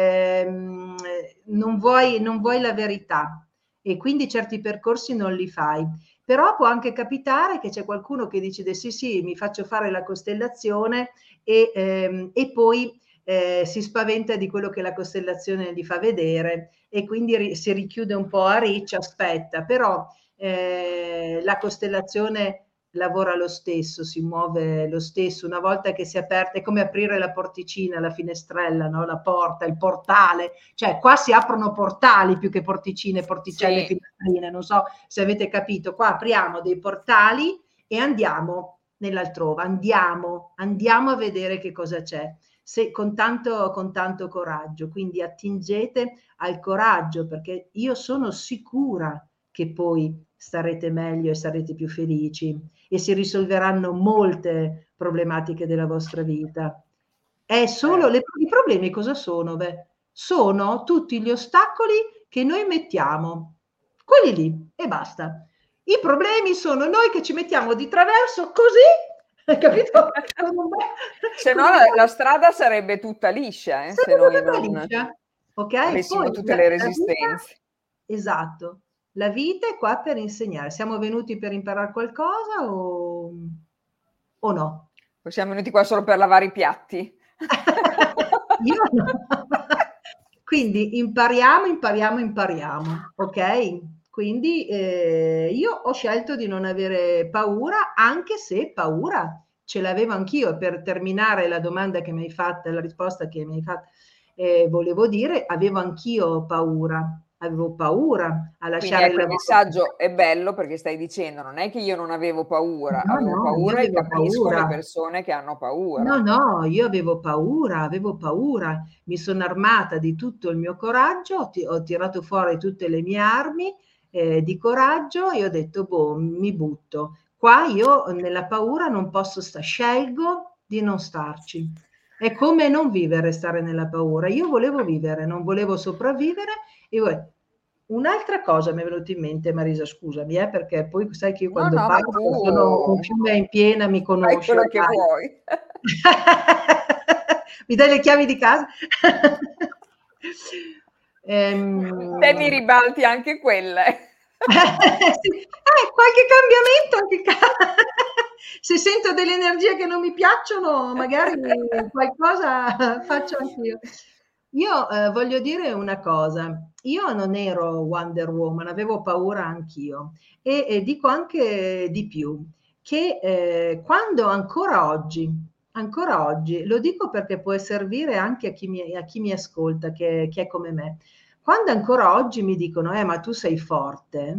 Non vuoi la verità e quindi certi percorsi non li fai. Però può anche capitare che c'è qualcuno che decide sì, sì, mi faccio fare la costellazione e poi si spaventa di quello che la costellazione gli fa vedere e quindi si richiude un po' a riccio, aspetta, però la costellazione lavora lo stesso, si muove lo stesso, una volta che si è aperta, è come aprire la porticina, la finestrella, no? La porta, il portale, cioè qua si aprono portali più che porticine, porticelle, Sì, finestrine, non so se avete capito, qua apriamo dei portali e andiamo nell'altrove, andiamo a vedere che cosa c'è. Con tanto coraggio, quindi attingete al coraggio perché io sono sicura che poi starete meglio e sarete più felici e si risolveranno molte problematiche della vostra vita. È solo certo. i problemi cosa sono? Beh, sono tutti gli ostacoli che noi mettiamo, quelli lì e basta. I problemi sono noi che ci mettiamo di traverso così, hai capito? Se no Con un la strada sarebbe tutta liscia, se sarebbe noi tutta non liscia, ok? avessimo Poi tutte la le la vita resistenze. esatto, la vita è qua per insegnare. Siamo venuti per imparar qualcosa o no? Siamo venuti qua solo per lavare i piatti. Io no. Quindi impariamo, impariamo, impariamo, ok? Quindi io ho scelto di non avere paura, anche se paura ce l'avevo anch'io. Per terminare la domanda che mi hai fatto, la risposta che mi hai fatto, volevo dire, avevo paura a Quindi lasciare il ecco, il lavoro. messaggio è bello perché stai dicendo, non è che io non avevo paura, No, avevo no, io paura e avevo capisco le paura. persone che hanno No, paura. no, io avevo paura, mi sono armata di tutto il mio coraggio, ho tirato fuori tutte le mie armi di coraggio e ho detto, boh, mi butto. Qua io nella paura non posso stare, scelgo di non starci. È come non vivere, stare nella paura. Io volevo vivere, non volevo sopravvivere e un'altra cosa mi è venuta in mente, Marisa, scusami, perché poi sai che io No, quando no, ma parlo tu sono un fiume in piena, mi fai conosci quello che ormai. vuoi. Mi dai le chiavi di casa? Te mi Ehm, ribalti anche quelle. sì, qualche cambiamento anche se sento delle energie che non mi piacciono, magari qualcosa faccio anch'io. Io, voglio dire una cosa, io non ero Wonder Woman, avevo paura anch'io e dico anche di più, che, quando ancora oggi, lo dico perché può servire anche a chi mi ascolta che è come me. Quando ancora oggi mi dicono: ma tu sei forte",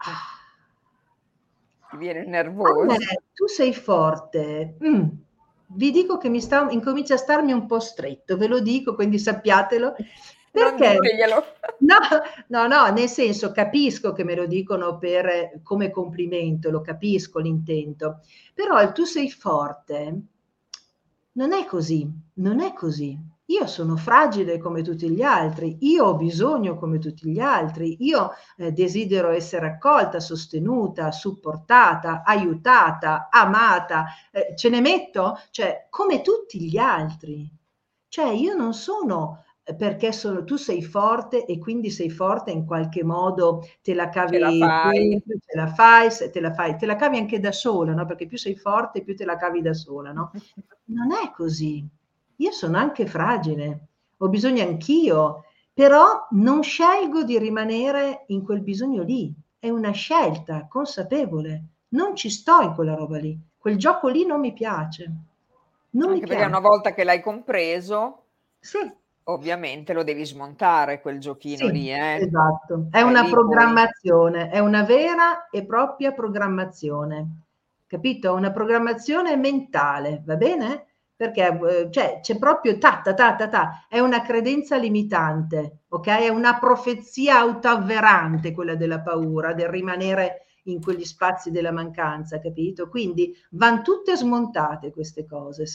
Ti viene a me nervoso. "tu sei forte", vi dico che incomincia a starmi un po' stretto, ve lo dico, quindi sappiatelo. Non Perché diteglielo. no, no, no, nel senso capisco che me lo dicono per come complimento, lo capisco l'intento, però il "tu sei forte" non è così, non è così. Io sono fragile come tutti gli altri, io ho bisogno come tutti gli altri, io desidero essere accolta, sostenuta, supportata, aiutata, amata, ce ne metto? Cioè, come tutti gli altri. Cioè, io non sono perché tu sei forte e quindi sei forte in qualche modo, te la Ce la cavi fai. sempre, ce la fai, te la cavi anche da sola, no? Perché più sei forte, più te la cavi da sola, no? Non è così. Io sono anche fragile, ho bisogno anch'io, però non scelgo di rimanere in quel bisogno lì. È una scelta consapevole. Non ci sto in quella roba lì. Quel gioco lì non mi piace. Non mi Anche perché una piace. volta che l'hai compreso, Sì, ovviamente lo devi smontare quel giochino sì, lì, eh. esatto. È Cioè una lì poi programmazione, è una vera e propria programmazione, capito? Una programmazione mentale, va bene? Perché cioè, c'è proprio ta, ta, ta, ta, ta, è una credenza limitante, ok? È una profezia autoavverante quella della paura, del rimanere in quegli spazi della mancanza, capito? Quindi van tutte smontate queste cose,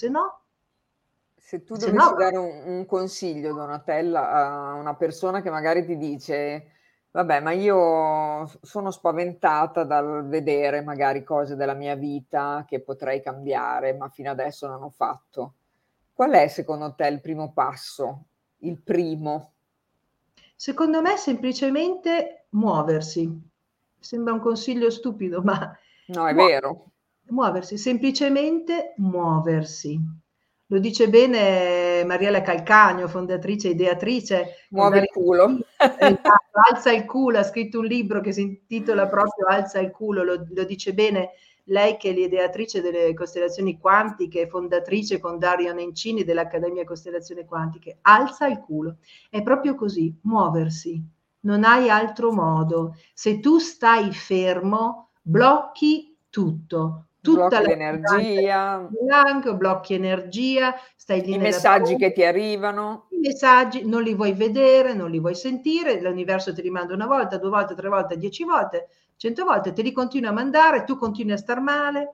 se tu se no dovessi dare un consiglio, Donatella, a una persona che magari ti dice: "Vabbè, ma io sono spaventata dal vedere magari cose della mia vita che potrei cambiare, ma fino adesso non ho fatto." Qual è secondo te il primo passo? Il primo? secondo me semplicemente muoversi. Sembra un consiglio stupido, ma No, è muo vero. muoversi, semplicemente muoversi. Lo dice bene Mariella Calcagno, fondatrice e ideatrice con Muovi Dario il culo. esatto, Alza il culo, ha scritto un libro che si intitola proprio Alza il culo, lo dice bene lei che è l'ideatrice delle costellazioni quantiche, fondatrice con Dario Nencini dell'Accademia Costellazioni Quantiche. Alza il culo. È proprio così, muoversi. Non hai altro modo. Se tu stai fermo, blocchi tutto, tutta Blocchi l'abbondanza l'energia, blanco, blocchi energia, stai lì i nella messaggi paura. che ti arrivano. I messaggi non li vuoi vedere, non li vuoi sentire, l'universo ti rimanda una volta, 2 volte, 3 volte, 10 volte, 100 volte, te li continua a mandare, tu continui a star male,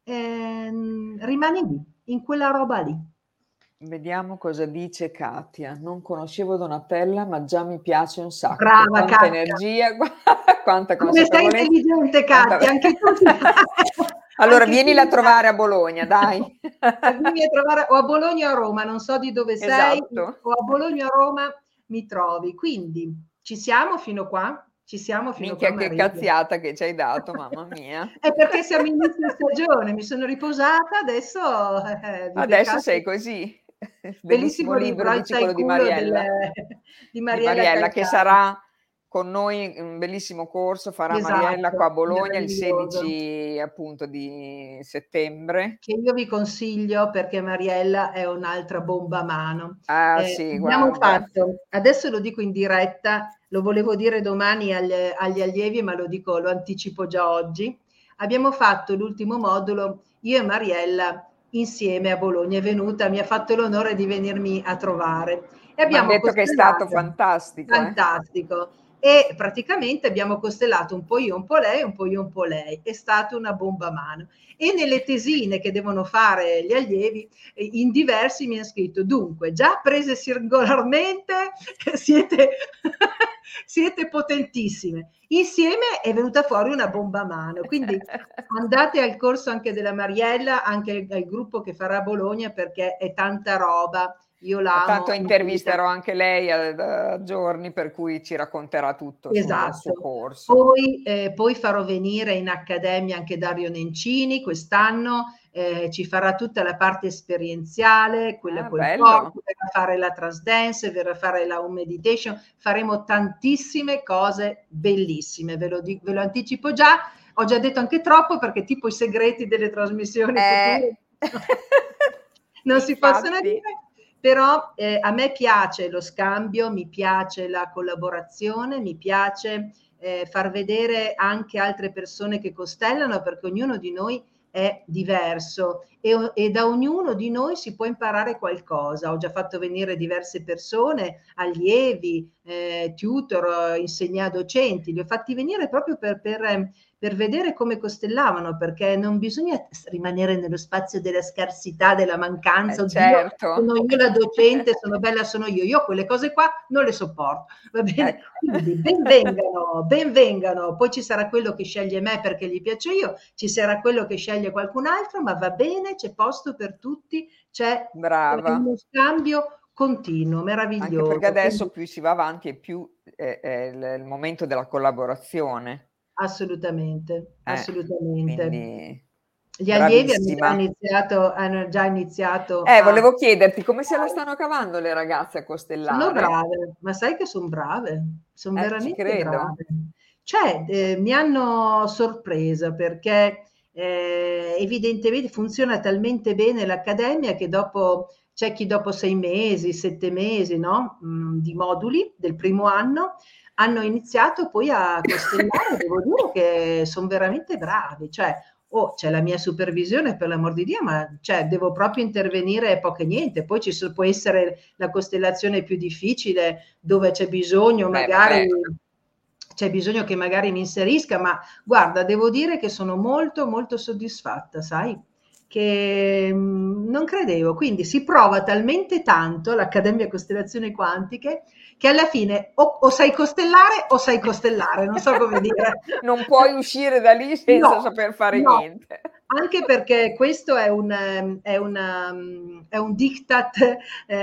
rimani lì, in quella roba lì. Vediamo cosa dice Katia. Non conoscevo Donatella, ma già mi piace un sacco. Brava Quanta Katia. energia, quanta Come sei consapevolezza. intelligente Quanta... Katia, anche tu, Allora, anche tu vienila a mi trovare a Bologna, dai. vieni a trovare o a Bologna o a Roma, non so di dove sei, Esatto. o a Bologna o a Roma mi trovi. Quindi ci siamo fino qua? Ci siamo fino qua Minchia, che Maria? cazziata che ci hai dato, mamma mia. È perché siamo inizio stagione, mi sono riposata, adesso vi Adesso beccate. sei così. Bellissimo Bellissimo libro, libro, dici Alza il quello di culo Mariella. di Di Mariella Mariella, che Calcagno. sarà con noi, un bellissimo corso farà Mariella qua a Esatto, Bologna il meraviglioso. 16 appunto di settembre. Che io vi consiglio perché Mariella è un'altra bomba a mano. Ah sì, Abbiamo guarda. fatto, adesso lo dico in diretta, lo volevo dire domani agli allievi, ma lo anticipo già oggi. Abbiamo fatto l'ultimo modulo, io e Mariella insieme a Bologna, è venuta, mi ha fatto l'onore di venirmi a trovare e M'han abbiamo detto che è stato costellato, fantastico, fantastico, e praticamente abbiamo costellato un po' io, un po' lei, un po' io, un po' lei. È stata una bomba a mano. E nelle tesine che devono fare gli allievi, in diversi mi hanno scritto, dunque, già prese singolarmente siete, siete potentissime. Insieme è venuta fuori una bomba a mano. Quindi andate al corso anche della Mariella, anche al gruppo che farà a Bologna, perché è tanta roba. Io Ma l'amo tanto intervisterò infinitamente. anche lei a giorni, per cui ci racconterà tutto sul suo Esatto. corso. Poi farò venire in accademia anche Dario Nencini quest'anno, ci farà tutta la parte esperienziale, quella Ah, col bello. corpo, verrà a fare la trance dance, verrà a fare la home meditation, faremo tantissime cose bellissime, ve lo anticipo già. Ho già detto anche troppo perché tipo i segreti delle trasmissioni Eh, future non si possono infatti. dire, però a me piace lo scambio, mi piace la collaborazione, mi piace far vedere anche altre persone che costellano, perché ognuno di noi è diverso e da ognuno di noi si può imparare qualcosa. Ho già fatto venire diverse persone, allievi, tutor, docenti, li ho fatti venire proprio per vedere come costellavano, perché non bisogna rimanere nello spazio della scarsità, della mancanza. Oddio, certo. sono io la docente, sono bella, sono io. Io quelle cose qua non le sopporto, va bene? Ecco. Quindi benvengano, benvengano. Poi ci sarà quello che sceglie me perché gli piace io, ci sarà quello che sceglie qualcun altro, ma va bene, c'è posto per tutti, c'è Brava. uno scambio continuo, Anche perché meraviglioso. adesso Quindi più si va avanti e più è il momento della collaborazione. assolutamente, assolutamente. Quindi Gli allievi bravissima. hanno già iniziato a Volevo chiederti come se la stanno cavando le ragazze a sono costellare. brave, ma sai che son brave, son Ci veramente credo. brave. Cioè, mi hanno sorpresa perché, evidentemente funziona talmente bene l'accademia che dopo c'è chi dopo 6 mesi, 7 mesi, no, di moduli del primo anno, hanno iniziato poi a costellare, devo dire che son veramente bravi. Cioè, oh, c'è la mia supervisione per l'amor di Dio, ma cioè, devo proprio intervenire poco e niente. Poi può essere la costellazione più difficile dove Beh, vabbè. c'è bisogno che magari mi inserisca, ma guarda, devo dire che sono molto, molto soddisfatta, sai? Che non credevo. Quindi si prova talmente tanto l'Accademia Costellazioni Quantiche che alla fine o sai costellare o sai costellare, non so come dire. Non puoi uscire da lì senza No, saper fare no, niente. anche perché questo è un diktat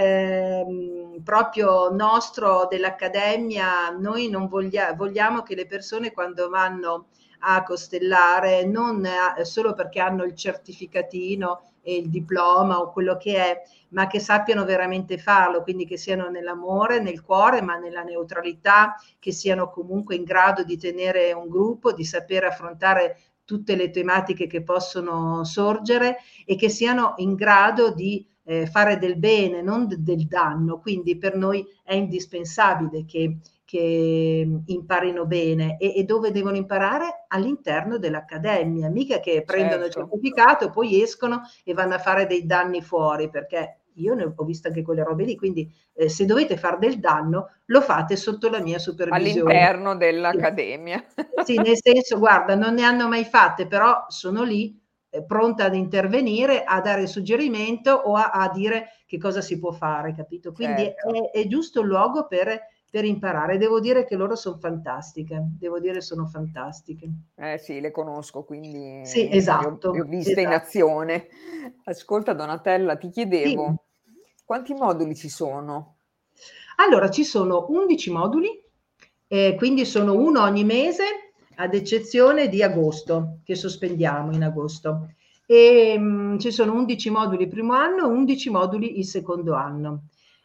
proprio nostro dell'Accademia. Noi non vogliamo che le persone quando vanno a costellare, non solo perché hanno il certificatino e il diploma o quello che è, ma che sappiano veramente farlo, quindi che siano nell'amore, nel cuore, ma nella neutralità, che siano comunque in grado di tenere un gruppo, di saper affrontare tutte le tematiche che possono sorgere e che siano in grado di fare del bene, non del danno. Quindi per noi è indispensabile che imparino bene e dove devono imparare? All'interno dell'accademia, mica che prendono il Certo. certificato, poi escono e vanno a fare dei danni fuori, perché io ne ho visto anche quelle robe lì, quindi se dovete fare del danno lo fate sotto la mia supervisione. All'interno Sì. dell'accademia. Sì, nel senso, guarda, non ne hanno mai fatte, però sono lì pronta ad intervenire, a dare suggerimento o a dire che cosa si può fare, capito? Quindi Certo. è giusto il luogo per imparare. Devo dire che loro sono fantastiche, devo dire sono fantastiche. Eh sì, le conosco, Sì, quindi le ho esatto, viste in esatto. azione. Ascolta Donatella, ti Sì. chiedevo, quanti moduli ci sono? Allora, ci sono 11 moduli, quindi sono uno ogni mese, ad eccezione di agosto, che sospendiamo in agosto. Ci sono 11 moduli il primo anno, 11 moduli il secondo anno.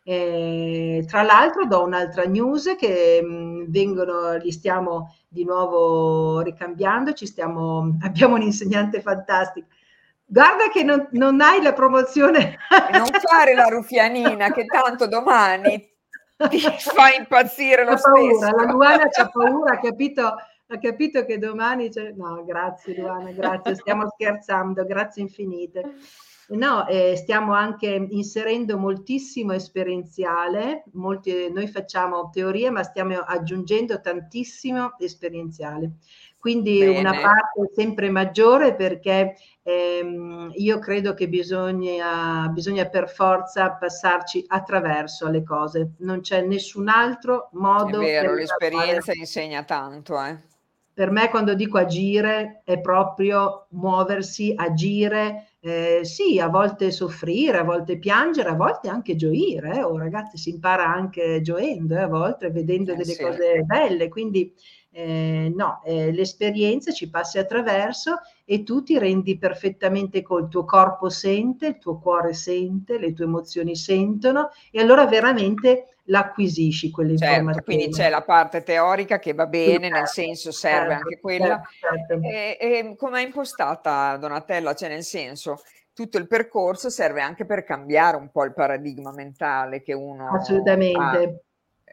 Tra l'altro do un'altra news che li stiamo di nuovo ricambiando, abbiamo un insegnante fantastico. Guarda che non hai la promozione. E non fare la ruffianina che tanto domani ti fa impazzire lo C'ha paura, stesso. la Luana c'ha paura, ha capito che domani c'è. No, grazie Luana, grazie, stiamo scherzando, grazie infinite. No, stiamo anche inserendo moltissimo esperienziale, noi facciamo teoria, ma stiamo aggiungendo tantissimo esperienziale. Quindi una Bene, parte sempre maggiore perché io credo che bisogna per forza passarci attraverso alle cose, non c'è nessun altro è modo per vero, fare. l'esperienza insegna tanto, eh. Per me quando dico agire è proprio muoversi, agire, sì, a volte soffrire, a volte piangere, a volte anche gioire. Oh, ragazzi, si impara anche gioendo, a volte vedendo Eh delle sì, cose belle. Quindi no, l'esperienza ci passi attraverso e tu ti rendi perfettamente il tuo corpo sente, il tuo cuore sente, le tue emozioni sentono e allora veramente l'acquisisci certo, quindi c'è quell'informazione. la parte teorica che va Sì, bene, nel certo, senso serve certo, anche quella. certo, certo. Com'è impostata Donatella? Cioè nel senso, tutto il percorso serve anche per cambiare un po' il paradigma mentale che uno ha. Assolutamente.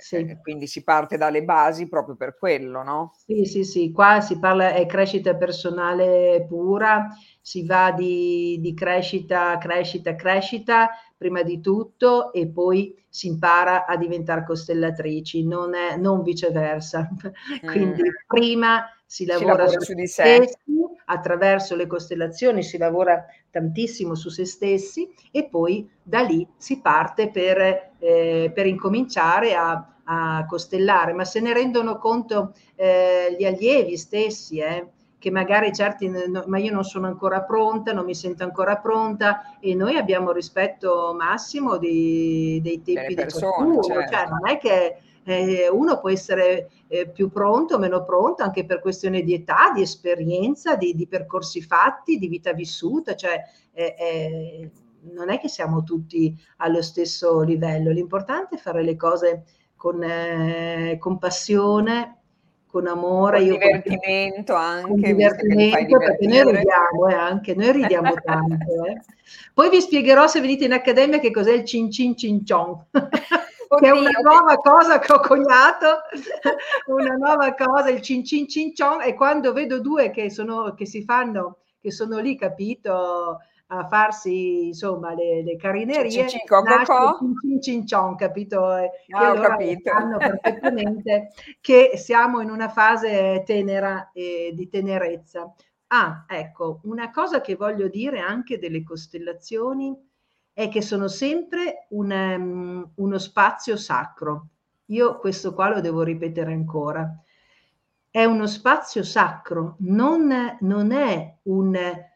sì. Quindi si parte dalle basi proprio per quello, no? Sì, sì, sì, qua si parla è crescita personale pura, si va di crescita, crescita, crescita, prima di tutto, e poi si impara a diventare costellatrici, non viceversa. Mh. Quindi prima si Si lavora lavora su su se di sé. stessi, attraverso le costellazioni si lavora tantissimo su se stessi e poi da lì si parte per incominciare a costellare, ma se ne rendono conto gli allievi stessi, che magari certi, no, ma io non sono ancora pronta, non mi sento ancora pronta, e noi abbiamo rispetto massimo dei Delle tempi di persone, ciascuno, cioè certo. non è che uno può essere più pronto, meno pronto, anche per questione di età, di esperienza, di percorsi fatti, di vita vissuta, cioè non è che siamo tutti allo stesso livello, l'importante è fare le cose con passione, con amore, Con divertimento con anche, visto che li fai divertimento, perché noi divertire. ridiamo, anche noi ridiamo tanto. Poi vi spiegherò, se venite in accademia, che cos'è il cin cin cin cion, che è una Oddio, che nuova cosa che ho coniato, una nuova cosa, il cin cin cin cion, e quando vedo due che si fanno, che sono lì, capito, a farsi insomma le carinerie, nasce cococò. il cin cin cin cion, capito? Che Ah, ho allora capito. sanno perfettamente che siamo in una fase tenera e di tenerezza. Ah, ecco, una cosa che voglio dire anche delle costellazioni è che sono sempre uno spazio sacro. Io questo qua lo devo ripetere ancora. È uno spazio sacro, non è un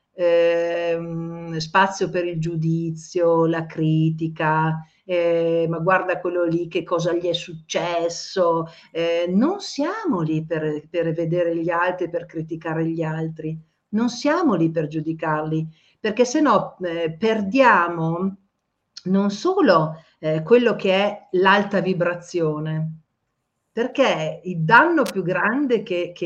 spazio per il giudizio, la critica, ma guarda quello lì che cosa gli è successo. Non siamo lì per vedere gli altri, per criticare gli altri, non siamo lì per giudicarli, perché se no perdiamo non solo quello che è l'alta vibrazione, perché il danno più grande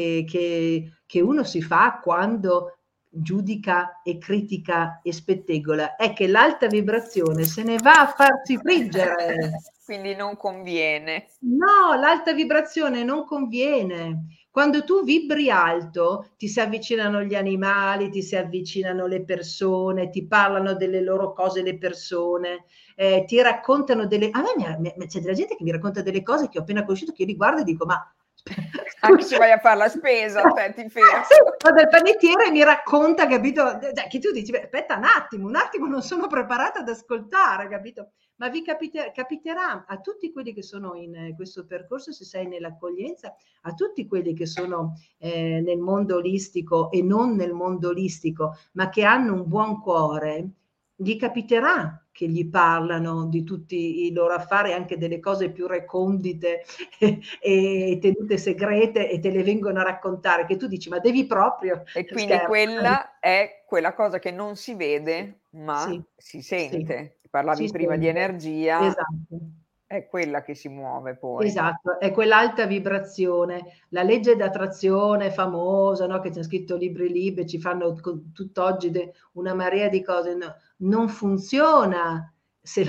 che uno si fa quando giudica e critica e spettegola è che l'alta vibrazione se ne va a farsi friggere. Quindi non conviene. No, l'alta vibrazione non conviene. Quando tu vibri alto, ti si avvicinano gli animali, ti si avvicinano le persone, ti parlano delle loro cose le persone, ti raccontano delle... A c'è della gente che mi racconta delle cose che ho appena conosciuto, che io li guardo e dico, ma... Anche se vai a far la spesa, te ti Sì, fermo. vado dal panettiere e mi racconta, capito? Che tu dici, "Beh, aspetta un attimo, non sono preparata ad ascoltare, capito? Ma capiterà a tutti quelli che sono in questo percorso, se sei nell'accoglienza, a tutti quelli che sono nel mondo olistico e non nel mondo olistico, ma che hanno un buon cuore, gli capiterà che gli parlano di tutti i loro affari, anche delle cose più recondite e tenute segrete, e te le vengono a raccontare, che tu dici, ma devi proprio, E quindi scherzo. quella è quella cosa che non si vede, ma Sì, si sì, sente. si Parlavi prima di sente. energia, Esatto. è quella che si muove poi. Esatto, è quell'alta vibrazione. La legge d'attrazione famosa, no, che c'è scritto libri, ci fanno tutt'oggi una marea di cose. No, non funziona se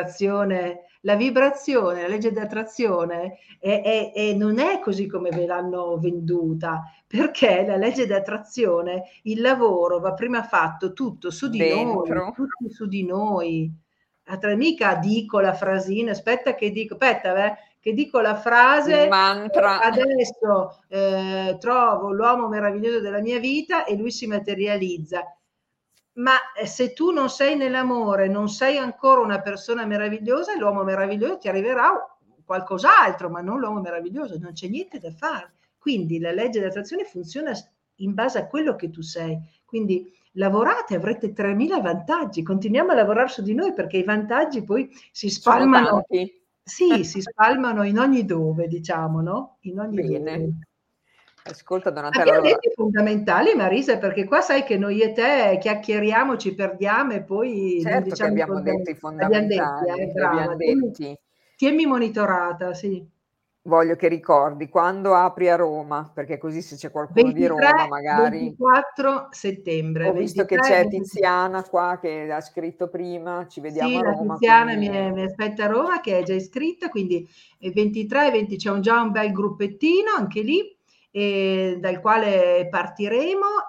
la vibrazione, la legge d'attrazione non è così come ve l'hanno venduta, perché la legge d'attrazione, il lavoro va prima fatto tutto su di noi, Dentro, tutti su di noi. Mica dico la frasina, aspetta, che dico la il frase, mantra. adesso trovo l'uomo meraviglioso della mia vita e lui si materializza. Ma se tu non sei nell'amore, non sei ancora una persona meravigliosa, l'uomo meraviglioso ti arriverà qualcos'altro, ma non l'uomo meraviglioso, non c'è niente da fare. Quindi la legge dell'attrazione funziona in base a quello che tu sei. Quindi lavorate, avrete 3000 vantaggi, continuiamo a lavorare su di noi, perché i vantaggi poi si Sono spalmano, tanti. sì, si spalmano in ogni dove, diciamo, no? In ogni Bene. dove. Ascolta Donatella, Abbiamo allora detto i fondamentali, Marisa, perché qua sai che noi e te chiacchieriamo, ci perdiamo e poi non certo che diciamo i abbiamo detto i fondamentali. Abbiamo detti, fondamentali, li abbiam brava, detti. tienimi monitorata, sì. voglio che ricordi quando apri a Roma, perché così se c'è qualcuno di Roma magari. 23-24 settembre, Ho visto che 23 c'è 23. Tiziana qua che ha scritto prima, ci vediamo Sì, a la Roma, Tiziana quindi mi aspetta a Roma che è già iscritta, quindi 23 e 20 c'è già un bel gruppettino anche lì, dal quale partiremo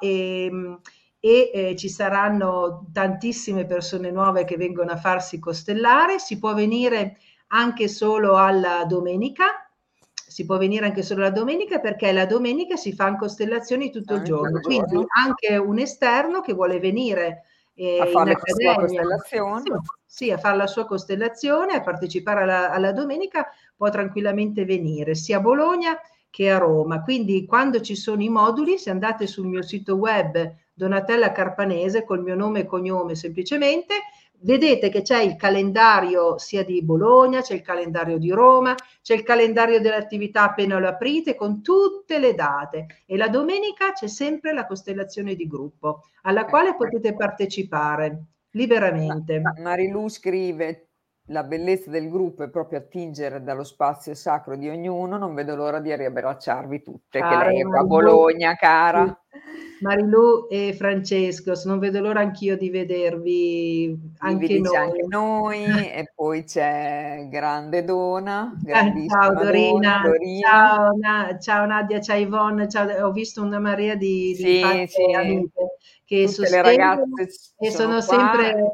ci saranno tantissime persone nuove che vengono a farsi costellare. Si può venire anche solo alla domenica. Si può venire anche solo la domenica perché la domenica si fanno costellazioni tutto il tutto giorno, il quindi giorno anche un esterno che vuole venire a in fare la sua accademia, costellazione. sì, sì, a fare la sua costellazione, a partecipare alla domenica, può tranquillamente venire sia a Bologna che a Roma. Quindi quando ci sono i moduli, se andate sul mio sito web Donatella Carpanese col mio nome e cognome semplicemente, vedete che c'è il calendario sia di Bologna, c'è il calendario di Roma, c'è il calendario delle attività appena lo aprite con tutte le date e la domenica c'è sempre la costellazione di gruppo alla quale Ecco. potete partecipare liberamente. Marilù scrive: la bellezza del gruppo è proprio attingere dallo spazio sacro di ognuno, non vedo l'ora di riabbracciarvi tutte, che Cara lei è qua a Marilù, Bologna, sì. cara. Marilù e Francesco, non vedo l'ora anch'io di vedervi, anche Lividi c'è anche noi. noi, e poi c'è grande Dona, Ciao grandissima Dona, Dorina, Dorina. ciao Nadia, ciao Yvonne, ho visto una marea di Sì, fatte sì, amiche che tutte le sostengono ragazze e sono sono qua. sempre.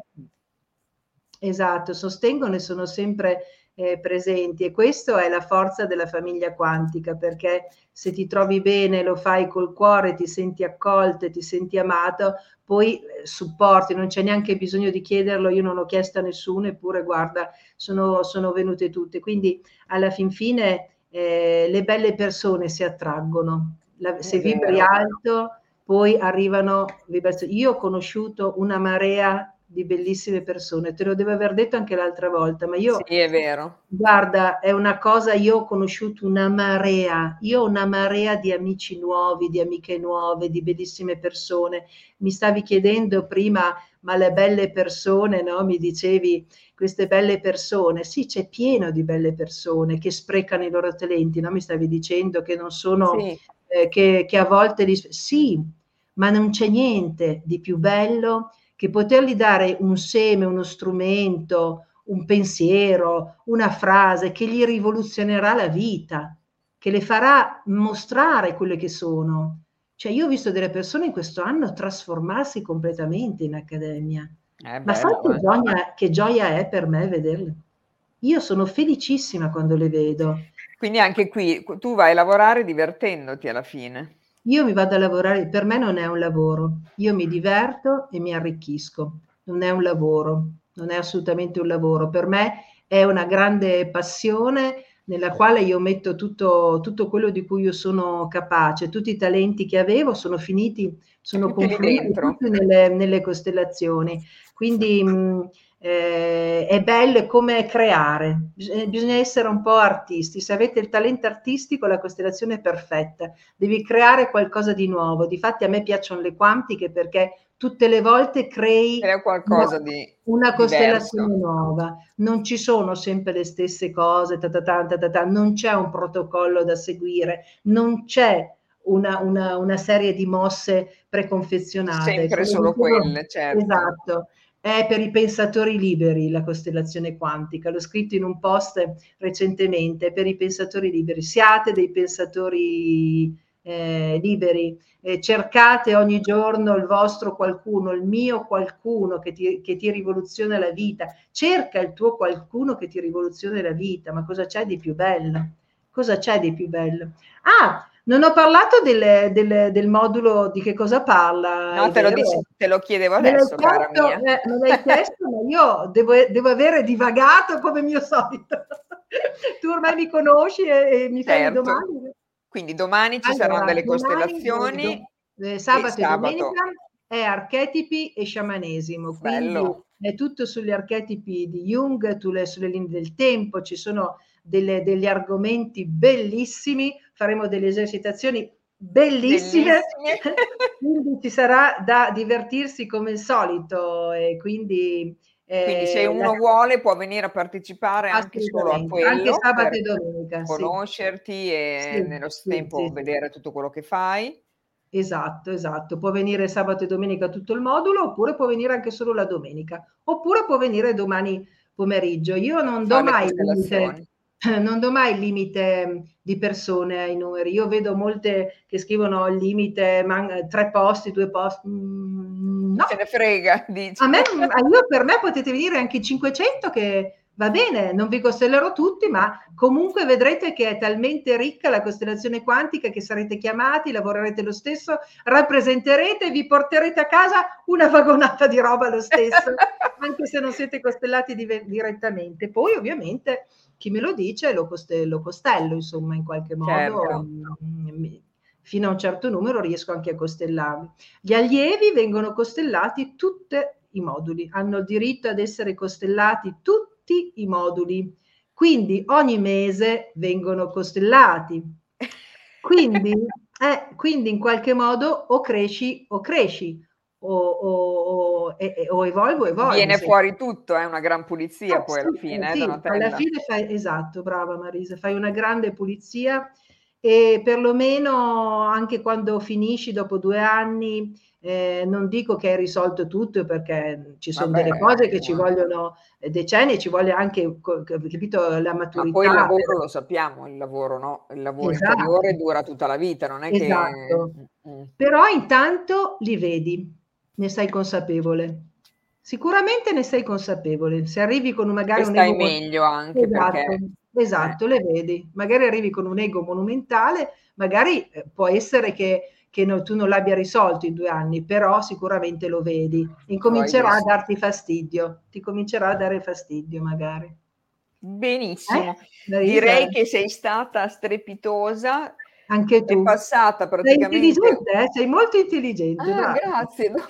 Esatto, sostengono e sono sempre presenti e questo è la forza della famiglia quantica, perché se ti trovi bene, lo fai col cuore, ti senti accolto e ti senti amato, poi supporti, non c'è neanche bisogno di chiederlo, io non ho chiesto a nessuno, eppure guarda, sono venute tutte. Quindi alla fin fine le belle persone si attraggono, È se vibri vero. alto poi arrivano vibrazioni. Io ho conosciuto una marea di bellissime persone, te lo devo aver detto anche l'altra volta, ma Sì, io, è vero. guarda, è una cosa, io ho conosciuto una marea, io ho una marea di amici nuovi, di amiche nuove, di bellissime persone. Mi stavi chiedendo prima, ma le belle persone, no? Mi dicevi, queste belle persone, sì, c'è pieno di belle persone che sprecano i loro talenti, no? Mi stavi dicendo che non sono, Sì, che a volte, sì, ma non c'è niente di più bello che potergli dare un seme, uno strumento, un pensiero, una frase che gli rivoluzionerà la vita, che le farà mostrare quelle che sono. Cioè io ho visto delle persone in questo anno trasformarsi completamente in accademia. è Ma sai bello, eh. che gioia è per me vederle? Io sono felicissima quando le vedo. Quindi anche qui tu vai a lavorare divertendoti alla fine. Io mi vado a lavorare, per me non è un lavoro, io mi diverto e mi arricchisco, non è un lavoro, non è assolutamente un lavoro, per me è una grande passione nella quale io metto tutto quello di cui io sono capace, tutti i talenti che avevo sono finiti, sono Tutti lì confluiti dentro. tutti nelle costellazioni. Quindi è bello, è come creare, bisogna essere un po' artisti, se avete il talento artistico la costellazione è perfetta, devi creare qualcosa di nuovo. Difatti a me piacciono le quantiche perché tutte le volte crei È qualcosa di una diverso. costellazione nuova, non ci sono sempre le stesse cose, non c'è un protocollo da seguire, non c'è una serie di mosse preconfezionate. Sempre Come solo dicevo, quelle, certo. esatto, è per i pensatori liberi la costellazione quantica. L'ho scritto in un post recentemente, per i pensatori liberi. Siate dei pensatori liberi, cercate ogni giorno il vostro qualcuno, il mio qualcuno che ti rivoluziona la vita, cerca il tuo qualcuno che ti rivoluziona la vita, ma cosa c'è di più bello? Cosa c'è di più bello? Ah, non ho parlato del modulo di che cosa parla, No, è vero? te lo chiedevo Me l'hai adesso, cara mia. chiesto, me l'hai chiesto, ma io devo avere divagato come mio solito. Tu ormai mi conosci e mi fai le Certo. domande. Quindi domani ci saranno Allora, delle domani, costellazioni e sabato e sabato. domenica è archetipi e sciamanesimo, quindi Bello. è tutto sugli archetipi di Jung, sulle linee del tempo, ci sono degli argomenti bellissimi, faremo delle esercitazioni bellissime, Bellissime. quindi ci sarà da divertirsi come il solito e quindi Quindi se uno vuole può venire a partecipare anche solo a assolutamente, anche quello, sabato per e domenica, sì. conoscerti e Sì, nello stesso sì, tempo sì, sì. vedere tutto quello che fai. Esatto, esatto. Può venire sabato e domenica tutto il modulo, oppure può venire anche solo la domenica, oppure può venire domani pomeriggio. Io A non do fare le mai limite, costellazioni. non do mai limite di persone ai numeri. Io vedo molte che scrivono il limite, 3 posti, 2 posti. Chi se No, ne frega, dici. a me, io per me potete venire anche 500 che va bene, non vi costellerò tutti, ma comunque vedrete che è talmente ricca la costellazione quantica che sarete chiamati, lavorerete lo stesso, rappresenterete, vi porterete a casa una vagonata di roba lo stesso, anche se non siete costellati direttamente. Poi ovviamente chi me lo dice lo costello, insomma, in qualche modo. Certo. Fino a un certo numero riesco anche a costellarli. Gli allievi vengono costellati tutti i moduli, hanno il diritto ad essere costellati tutti i moduli, quindi ogni mese vengono costellati. Quindi, quindi in qualche modo o cresci o evolvo, evolvi. Viene fuori tutto, è una gran pulizia poi alla Sì, fine, sì, alla Donatella? fine fai esatto, brava Marisa, fai una grande pulizia e perlomeno anche quando finisci dopo 2 anni, non dico che hai risolto tutto perché ci son Vabbè, delle cose che ci insomma, vogliono decenni, ci vuole anche capito, la ma poi il maturità lavoro per lo sappiamo, il lavoro no, il lavoro esatto. interiore dura tutta la vita, non è che Esatto. Però intanto li vedi, ne sei consapevole. Sicuramente ne sei consapevole. Se arrivi con e magari un stai ego meglio anche esatto, perché esatto, le vedi. Magari arrivi con un ego monumentale, magari può essere che tu non l'abbia risolto in 2 anni, però sicuramente lo vedi. lo hai Incomincerà a visto. darti fastidio, ti comincerà a dare fastidio magari. Benissimo. Marisa? Direi che sei stata strepitosa, Anche è tu. passata Sei praticamente intelligente, sei molto intelligente, brava. grazie, no.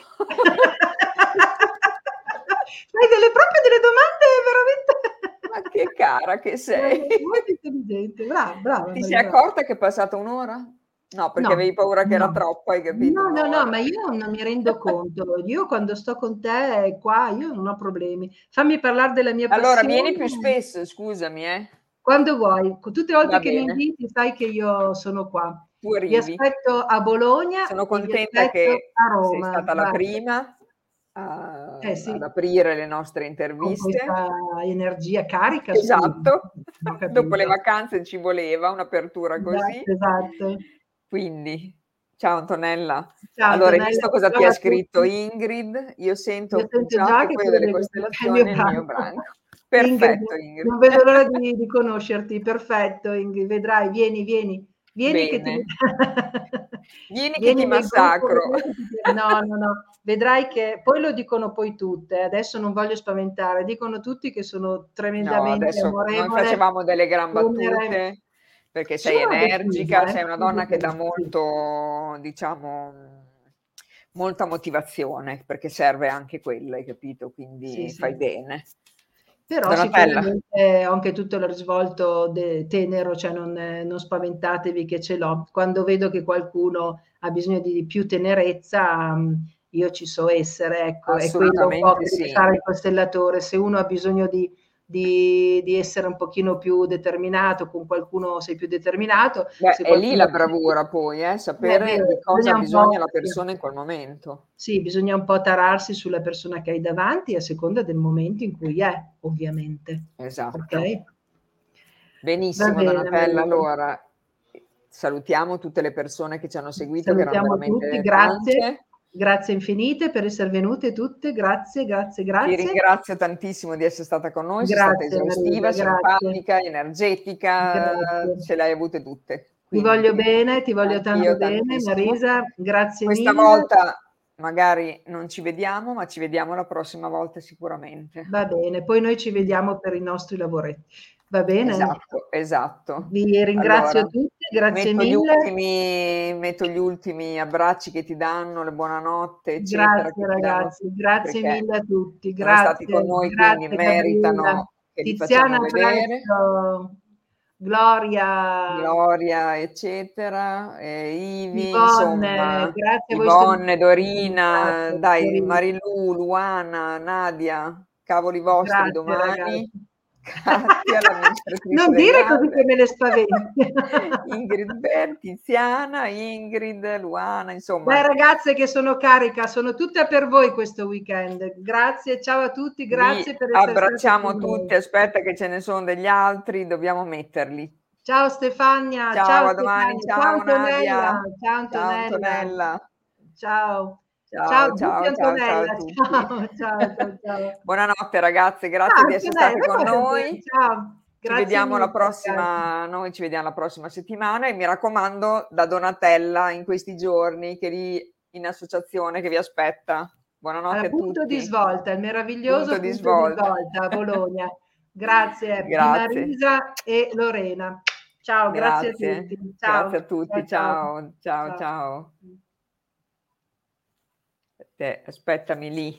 Fai delle domande Ma che cara che sei. veramente molto intelligente. Brava Ti sei Marisa. accorta che è passata 1 ora? No, perché No, avevi paura che era no. troppo, hai capito? No, 1 no, no, ora. ma io non mi rendo conto. Io quando sto con te qua, io non ho problemi. Fammi parlare della mia Allora vieni passione più spesso, scusami, quando vuoi. Tutte le volte Va che mi bene, inviti sai che io sono qua. tu Vi arrivi. aspetto a Bologna Sono e vi contenta aspetto che a sei Roma. stata la Vai. prima ad Sì. aprire le nostre Con interviste. questa energia carica subito, Esatto, ho dopo le capito. vacanze ci voleva un'apertura così. Esatto, esatto. Quindi, ciao Antonella. Ciao Allora, hai Antonella, visto cosa ti ciao ha a scritto tutti. Ingrid? Io Io sento sento già già che che poi tu ho delle è il mio costellazioni, è il mio branco. branco. Ingrid, Perfetto Ingrid. non vedo l'ora di conoscerti. Perfetto Ingrid, vedrai, vieni, vieni. Vieni che ti Bene. Vieni che ti vieni nel gruppo, massacro. vedrai che no, no, no, vedrai che poi lo dicono poi tutte, adesso non voglio spaventare, dicono tutti che sono No, tremendamente adesso noi amorevole, facevamo delle gran tenere battute, perché ci sei sono energica, decisa, sei una sono donna che dà sì. molto, diciamo, molta motivazione, perché serve anche quella, hai capito? Sì, Quindi fai sì. bene. Però Donatella, sicuramente ho anche tutto il risvolto tenero, cioè non spaventatevi che ce l'ho. Quando vedo che qualcuno ha bisogno di più tenerezza, io ci so essere, ecco, è quello un po' assolutamente che deve sì. fare il costellatore. Se uno ha bisogno di essere un pochino più determinato, con qualcuno sei più determinato, Beh, se è lì qualcuno la bravura poi, sapere di cosa ha bisogna un bisogno po', la sì. persona in quel momento. Sì, bisogna un po' tararsi sulla persona che hai davanti a seconda del momento in cui è, ovviamente. Esatto. Okay? Va Benissimo bene Donatella, Marisa. allora salutiamo tutte le persone che ci hanno seguito, che erano Salutiamo tutti, veramente grazie. tante. Grazie infinite per esser venute tutte. Grazie, grazie, Ti grazie. ringrazio tantissimo di essere stata con noi, sei stata Grazie esaustiva, Marisa, grazie. simpatica, energetica, Grazie. ce le hai avute tutte. Ti Quindi voglio bene, ti voglio tanto anch'io bene tantissimo. Marisa, grazie Questa mille. volta magari non ci vediamo, ma ci vediamo la prossima volta sicuramente. Va bene, poi noi ci vediamo per i nostri lavoretti. Va bene? Esatto, esatto. Vi ringrazio Allora, tutti, grazie mille. metto gli ultimi abbracci che ti danno, le buonanotte, eccetera, Grazie che ti danno ragazzi, grazie perché mille a tutti, sono stati con grazie, noi, quindi grazie Gabriella. meritano che li Tiziana, facciamo vedere. presto. Gloria, Gloria, eccetera, Ivi, Yvonne, insomma, grazie a voi Yvonne, straordinarie. Dorina, Grazie, dai, Dorina. Marilù, Luana, Nadia. cavoli vostri Grazie domani. ragazzi. Grazie all'amministratrice Non dire delegato. così che me ne spaventi. Ingrid Ber, Tiziana, Ingrid, Luana, insomma. Beh ragazze che sono carica, sono tutta per voi questo weekend. Grazie, ciao a tutti, Vi grazie per essere state abbracciamo con tutti, noi. aspetta che ce ne sono degli altri, dobbiamo metterli. Ciao Stefania, Ciao, ciao a domani, Stefania, ciao ciao Antonella, Nadia, ciao ciao Antonella, Antonella. ciao, ciao Ciao, Bucchi ciao, ciao, ciao a Antonella, tutti. ciao, ciao, ciao, ciao. Buonanotte ragazze, Ah, grazie di anche essere lei, state con noi. ciao, Ci grazie vediamo la mille ragazzi. prossima, noi ci vediamo la prossima settimana e mi raccomando da Donatella in questi giorni che lì in associazione che vi aspetta. Buonanotte Al a punto di tutti. svolta, il Punto meraviglioso di punto di svolta. svolta a Bologna. Grazie di Grazie. Marisa e Lorena. Ciao, grazie a Grazie, tutti. Ciao, grazie a tutti. ciao, ciao. Ciao, ciao, Ciao. ciao. Aspettami lì.